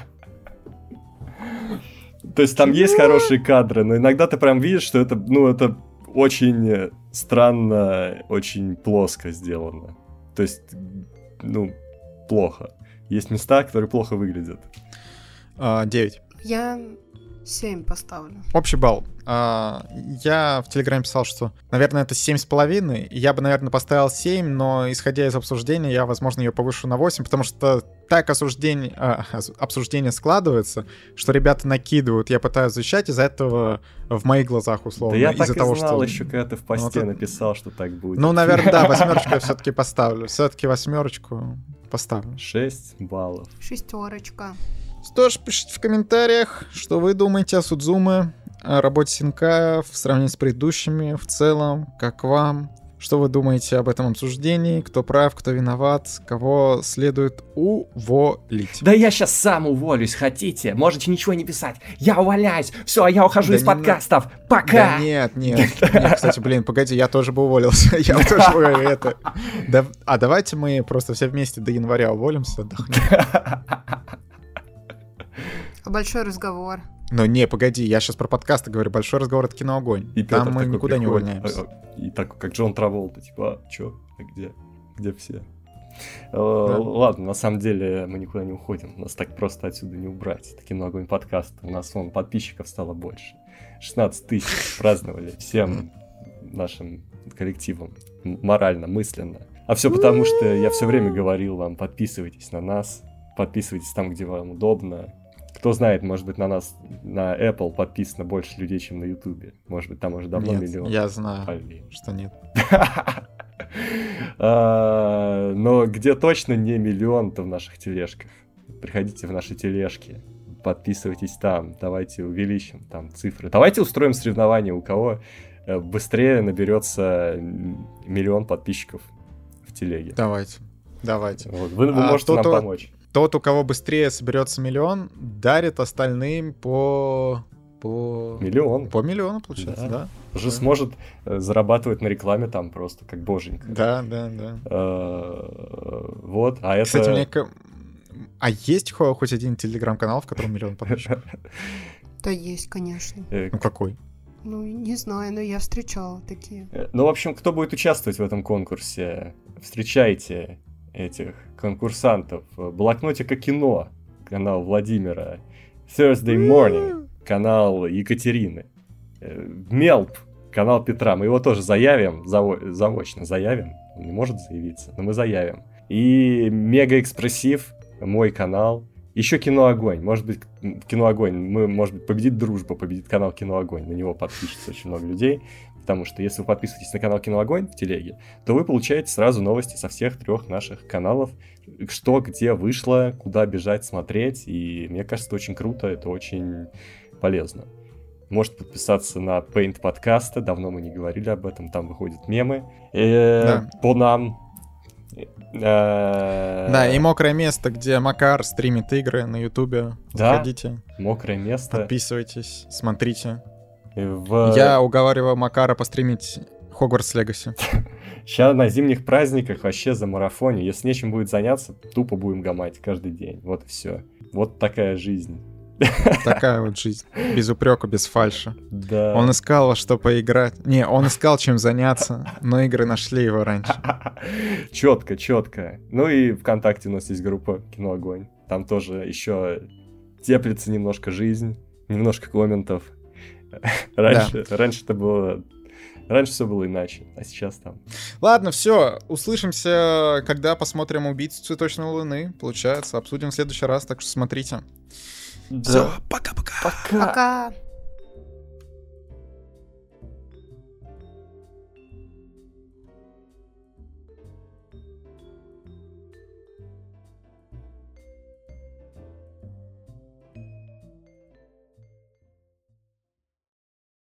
То есть там есть хорошие кадры, но иногда ты прям видишь, что это, ну, это очень странно, очень плоско сделано. То есть, ну, плохо. Есть места, которые плохо выглядят. А, девять. Я Семь поставлю. Общий балл. А, я в Телеграме писал, что, наверное, это семь с половиной. Я бы, наверное, поставил семь, но, исходя из обсуждения, я, возможно, ее повышу на восемь, потому что так осуждение, а, обсуждение складывается, что ребята накидывают, я пытаюсь изучать, из-за этого в моих глазах, условно. Да я из-за так и того, знал что... еще, когда ты в посте Вот написал, что так будет. Ну, наверное, да, восьмерочку я все-таки поставлю. Все-таки восьмерочку поставлю. шесть баллов. Шестерочка. Что ж, пишите в комментариях, что вы думаете о Судзуме, о работе Синкая в сравнении с предыдущими в целом, как вам, что вы думаете об этом обсуждении, кто прав, кто виноват, кого следует уволить. Да я сейчас сам уволюсь, хотите? Можете ничего не писать. Я увольняюсь. Все, я ухожу Да из не подкастов. на- Пока. Да нет, нет, нет, кстати, блин, погоди, я тоже бы уволился. Я бы тоже бы это... Да- А давайте мы просто все вместе до января уволимся, отдохнем. Большой разговор. Но не, погоди, я сейчас про подкасты говорю. Большой разговор — это киноогонь. И Там Пётр мы такой никуда не приходит, увольняемся. а, а, И так, как Джон Траволта, типа, а, чё? А где? Где все? Э, Ладно, на самом деле мы никуда не уходим. Нас так просто отсюда не убрать. Это киноогонь подкаст. У нас вон подписчиков стало больше. шестнадцать тысяч праздновали всем нашим коллективом. М- Морально, мысленно. А все потому, что я все время говорил вам, подписывайтесь на нас. Подписывайтесь там, где вам удобно. Кто знает, может быть, на нас, на Apple подписано больше людей, чем на YouTube. Может быть, там уже давно Нет, миллион. я знаю, Блин. что нет. А, Но где точно не миллион-то в наших тележках. Приходите в наши тележки, подписывайтесь там, давайте увеличим там цифры. Давайте устроим соревнование, у кого э, быстрее наберется м, миллион подписчиков в телеге. Давайте, давайте. Вот, Вы, вы А можете нам то-то- помочь. Тот, у кого быстрее соберется миллион, дарит остальным по... По... Миллион. По миллиону, получается, Да. да? Уже Да. сможет э, зарабатывать на рекламе там просто, как боженька. Да, да, да. Э, Вот, а это... Кстати, мне... ка- А есть хо- хоть один телеграм-канал, в котором миллион подписчиков? Да есть, конечно. э, Ну какой? Ну, не знаю, но я встречала такие. Э, Ну, в общем, кто будет участвовать в этом конкурсе, встречайте этих конкурсантов. Блокнотика кино, канал Владимира. Thursday Morning, канал Екатерины. Э, Мелп, канал Петра. Мы его тоже заявим, заво- заочно заявим. Он не может заявиться, но мы заявим. И Мега Экспрессив, мой канал. Еще Кино Огонь. Может быть, Кино Огонь. Мы, может быть, победит дружба, победит канал Кино Огонь. На него подпишется очень много людей. Потому что если вы подписываетесь на канал Кино Огонь в телеге, то вы получаете сразу новости со всех трех наших каналов. Что, где вышло, куда бежать, смотреть. И мне кажется, это очень круто, это очень полезно. Можете подписаться на Paint подкаста. Давно мы не говорили об этом. Там выходят мемы. Э, Да. По нам. Э, Да, и мокрое место, где Макар стримит игры на Ютубе. Да. Заходите, Мокрое место. подписывайтесь, смотрите. В... Я уговариваю Макара постримить Хогвартс Легаси. Сейчас на зимних праздниках вообще за марафоне. Если нечем будет заняться, тупо будем гамать каждый день. Вот и все. Вот такая жизнь. Такая вот жизнь. Без упрека, без фальши. Да. Он искал во что поиграть. Не, он искал чем заняться, но игры нашли его раньше. Четко, четко. Ну и ВКонтакте у нас есть группа Кино Огонь. Там тоже еще теплится немножко жизнь, немножко комментов. Раньше, раньше это было... Раньше все было иначе, а сейчас там... Ладно, все, услышимся, когда посмотрим «Убийцу цветочной луны». Получается, обсудим в следующий раз, так что смотрите. Да. Все, пока-пока. Пока. Пока.